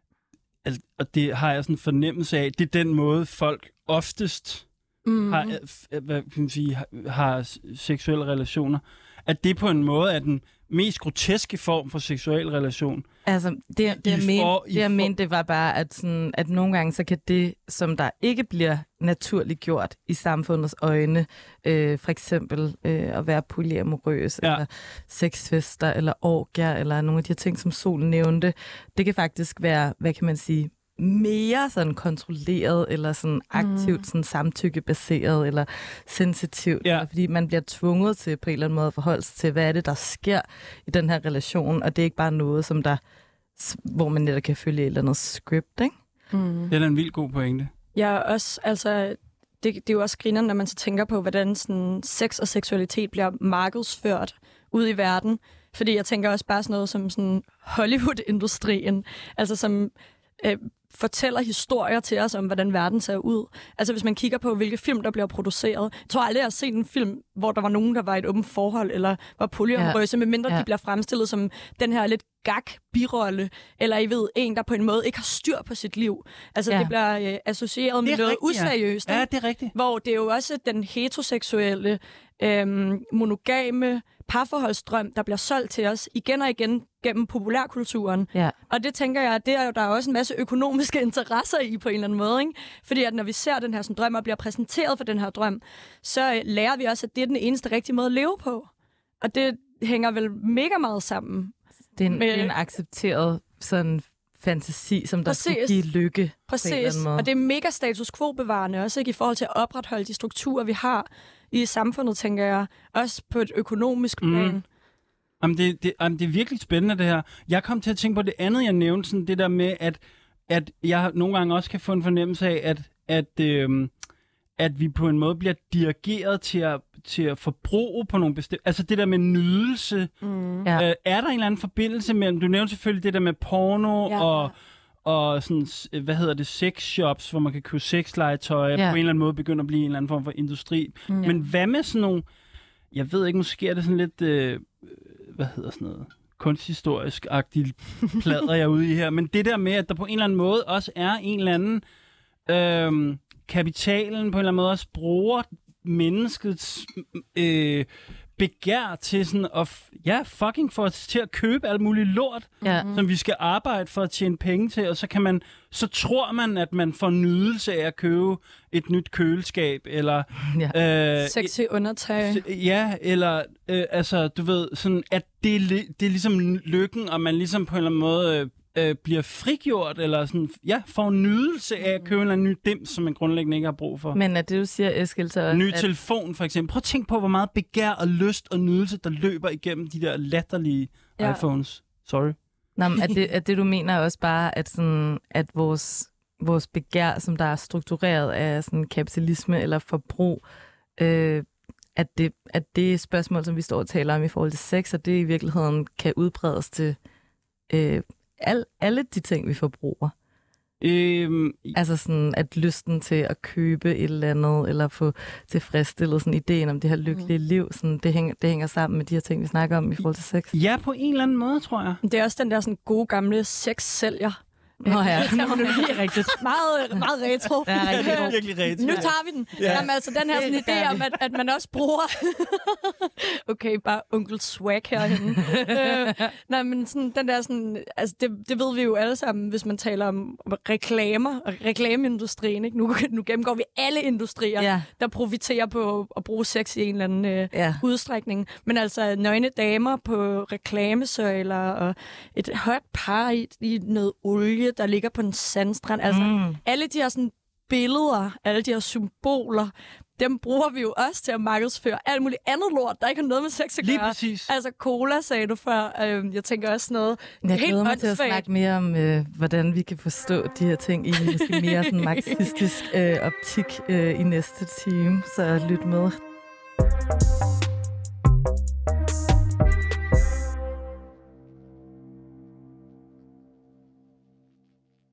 Speaker 1: og det har jeg sådan en fornemmelse af, det er den måde, folk oftest har seksuelle relationer, at det på en måde er den mest groteske form for seksuel relation.
Speaker 2: Altså, det jeg mente, det var bare, at nogle gange, så kan det, som der ikke bliver naturligt gjort i samfundets øjne, for eksempel at være polyamorøs, eller sexfester, eller orgier, eller nogle af de her ting, som Sol nævnte, det kan faktisk være, hvad kan man sige, mere sådan kontrolleret, eller sådan aktivt sådan samtykkebaseret, eller sensitivt.
Speaker 1: Ja.
Speaker 2: Fordi man bliver tvunget til på en eller anden måde at forholde sig til, hvad er det, der sker i den her relation, og det er ikke bare noget, som der, hvor man netop kan følge et eller andet script, ikke?
Speaker 1: Det er en vildt god pointe.
Speaker 4: Ja, også, altså, det er jo også grineren, når man så tænker på, hvordan sådan, sex og seksualitet bliver markedsført ud i verden. Fordi jeg tænker også bare sådan noget som sådan Hollywood-industrien, altså som fortæller historier til os om, hvordan verden ser ud. Altså hvis man kigger på, hvilke film, der bliver produceret. Jeg tror aldrig, jeg har set en film, hvor der var nogen, der var i et åbent forhold, eller var polyamorøse, medmindre de bliver fremstillet som den her lidt birolle, eller I ved, en, der på en måde ikke har styr på sit liv. Altså det bliver associeret med noget useriøst.
Speaker 1: Ja, det er rigtigt.
Speaker 4: Hvor det er jo også den heteroseksuelle, monogame parforholdsdrøm, der bliver solgt til os igen og igen gennem populærkulturen.
Speaker 2: Ja.
Speaker 4: Og det tænker jeg, det er jo, der er også en masse økonomiske interesser i på en eller anden måde. Ikke? Fordi at når vi ser den her sådan, drøm og bliver præsenteret for den her drøm, så lærer vi også, at det er den eneste rigtige måde at leve på. Og det hænger vel mega meget sammen.
Speaker 2: Det er en accepteret sådan fantasi, som der skal give lykke.
Speaker 4: Præcis, og det er mega status quo-bevarende også, ikke? I forhold til at opretholde de strukturer, vi har i samfundet, tænker jeg. Også på et økonomisk plan.
Speaker 1: Jamen, det er virkelig spændende, det her. Jeg kom til at tænke på det andet, jeg nævnte, sådan det der med, at jeg nogle gange også kan få en fornemmelse af, at vi på en måde bliver dirigeret til at forbruge på nogle bestemte... Altså det der med nydelse. Er der en eller anden forbindelse mellem... Du nævnte selvfølgelig det der med porno og sådan, hvad hedder det, sexshops, hvor man kan købe sexlegetøj, på en eller anden måde begynder at blive en eller anden form for industri. Men hvad med sådan nogle... Jeg ved ikke, måske er det sådan lidt... hvad hedder sådan noget? Kunsthistorisk-agtige plader, jeg er ude i her. Men det der med, at der på en eller anden måde også er en eller anden... kapitalen på en eller anden måde også bruger menneskets begær til sådan at fucking få os til at købe alt muligt lort, som vi skal arbejde for at tjene penge til, og så tror man, at man får nydelse af at købe et nyt køleskab, eller
Speaker 4: sexy undertøj.
Speaker 1: Eller altså, du ved, sådan, at det er ligesom lykken, og man ligesom på en eller anden måde bliver frigjort, eller sådan, får en nydelse af at købe en eller anden ny dims, som man grundlæggende ikke har brug for.
Speaker 2: Men er det, du siger, Eskild, så også...
Speaker 1: Ny telefon, for eksempel. Prøv at tænke på, hvor meget begær og lyst og nydelse, der løber igennem de der latterlige iPhones. Sorry.
Speaker 2: Nå, men er det, du mener også bare, at, sådan, at vores begær, som der er struktureret af sådan kapitalisme eller forbrug, at det spørgsmål, som vi står og taler om i forhold til sex, at det i virkeligheden kan udbredes til alle de ting, vi forbruger. Altså sådan, at lysten til at købe et eller andet, eller få tilfredsstillet sådan ideen om det her lykkelige liv, sådan, det hænger sammen med de her ting, vi snakker om i forhold til sex.
Speaker 1: Ja, på en eller anden måde, tror jeg.
Speaker 4: Det er også den der sådan gode gamle sexsælger.
Speaker 2: Nå ja, det er rigtigt.
Speaker 4: Meget retro.
Speaker 2: Ja,
Speaker 1: det er virkelig retro.
Speaker 4: Nu tager vi den. Ja. Jamen altså, den her sådan idé om, at man også bruger... okay, bare onkel swag herhenne. Nej, men sådan, den der sådan... Altså, det ved vi jo alle sammen, hvis man taler om reklamer og reklameindustrien. Ikke? Nu gennemgår vi alle industrier, der profiterer på at bruge sex i en eller anden udstrækning. Men altså, nøgne damer på reklamesøjler og et højt par i noget olie, der ligger på en sandstrand. Altså, alle de her sådan billeder, alle de her symboler, dem bruger vi jo også til at markedsføre alt muligt andet lort, der ikke har noget med sex at gøre.
Speaker 1: Lige præcis.
Speaker 4: Altså cola, sagde du før. Jeg tænker også noget
Speaker 2: jeg glæder mig til at snakke mere om, hvordan vi kan forstå de her ting i måske mere sådan marxistisk optik i næste time. Så lyt med.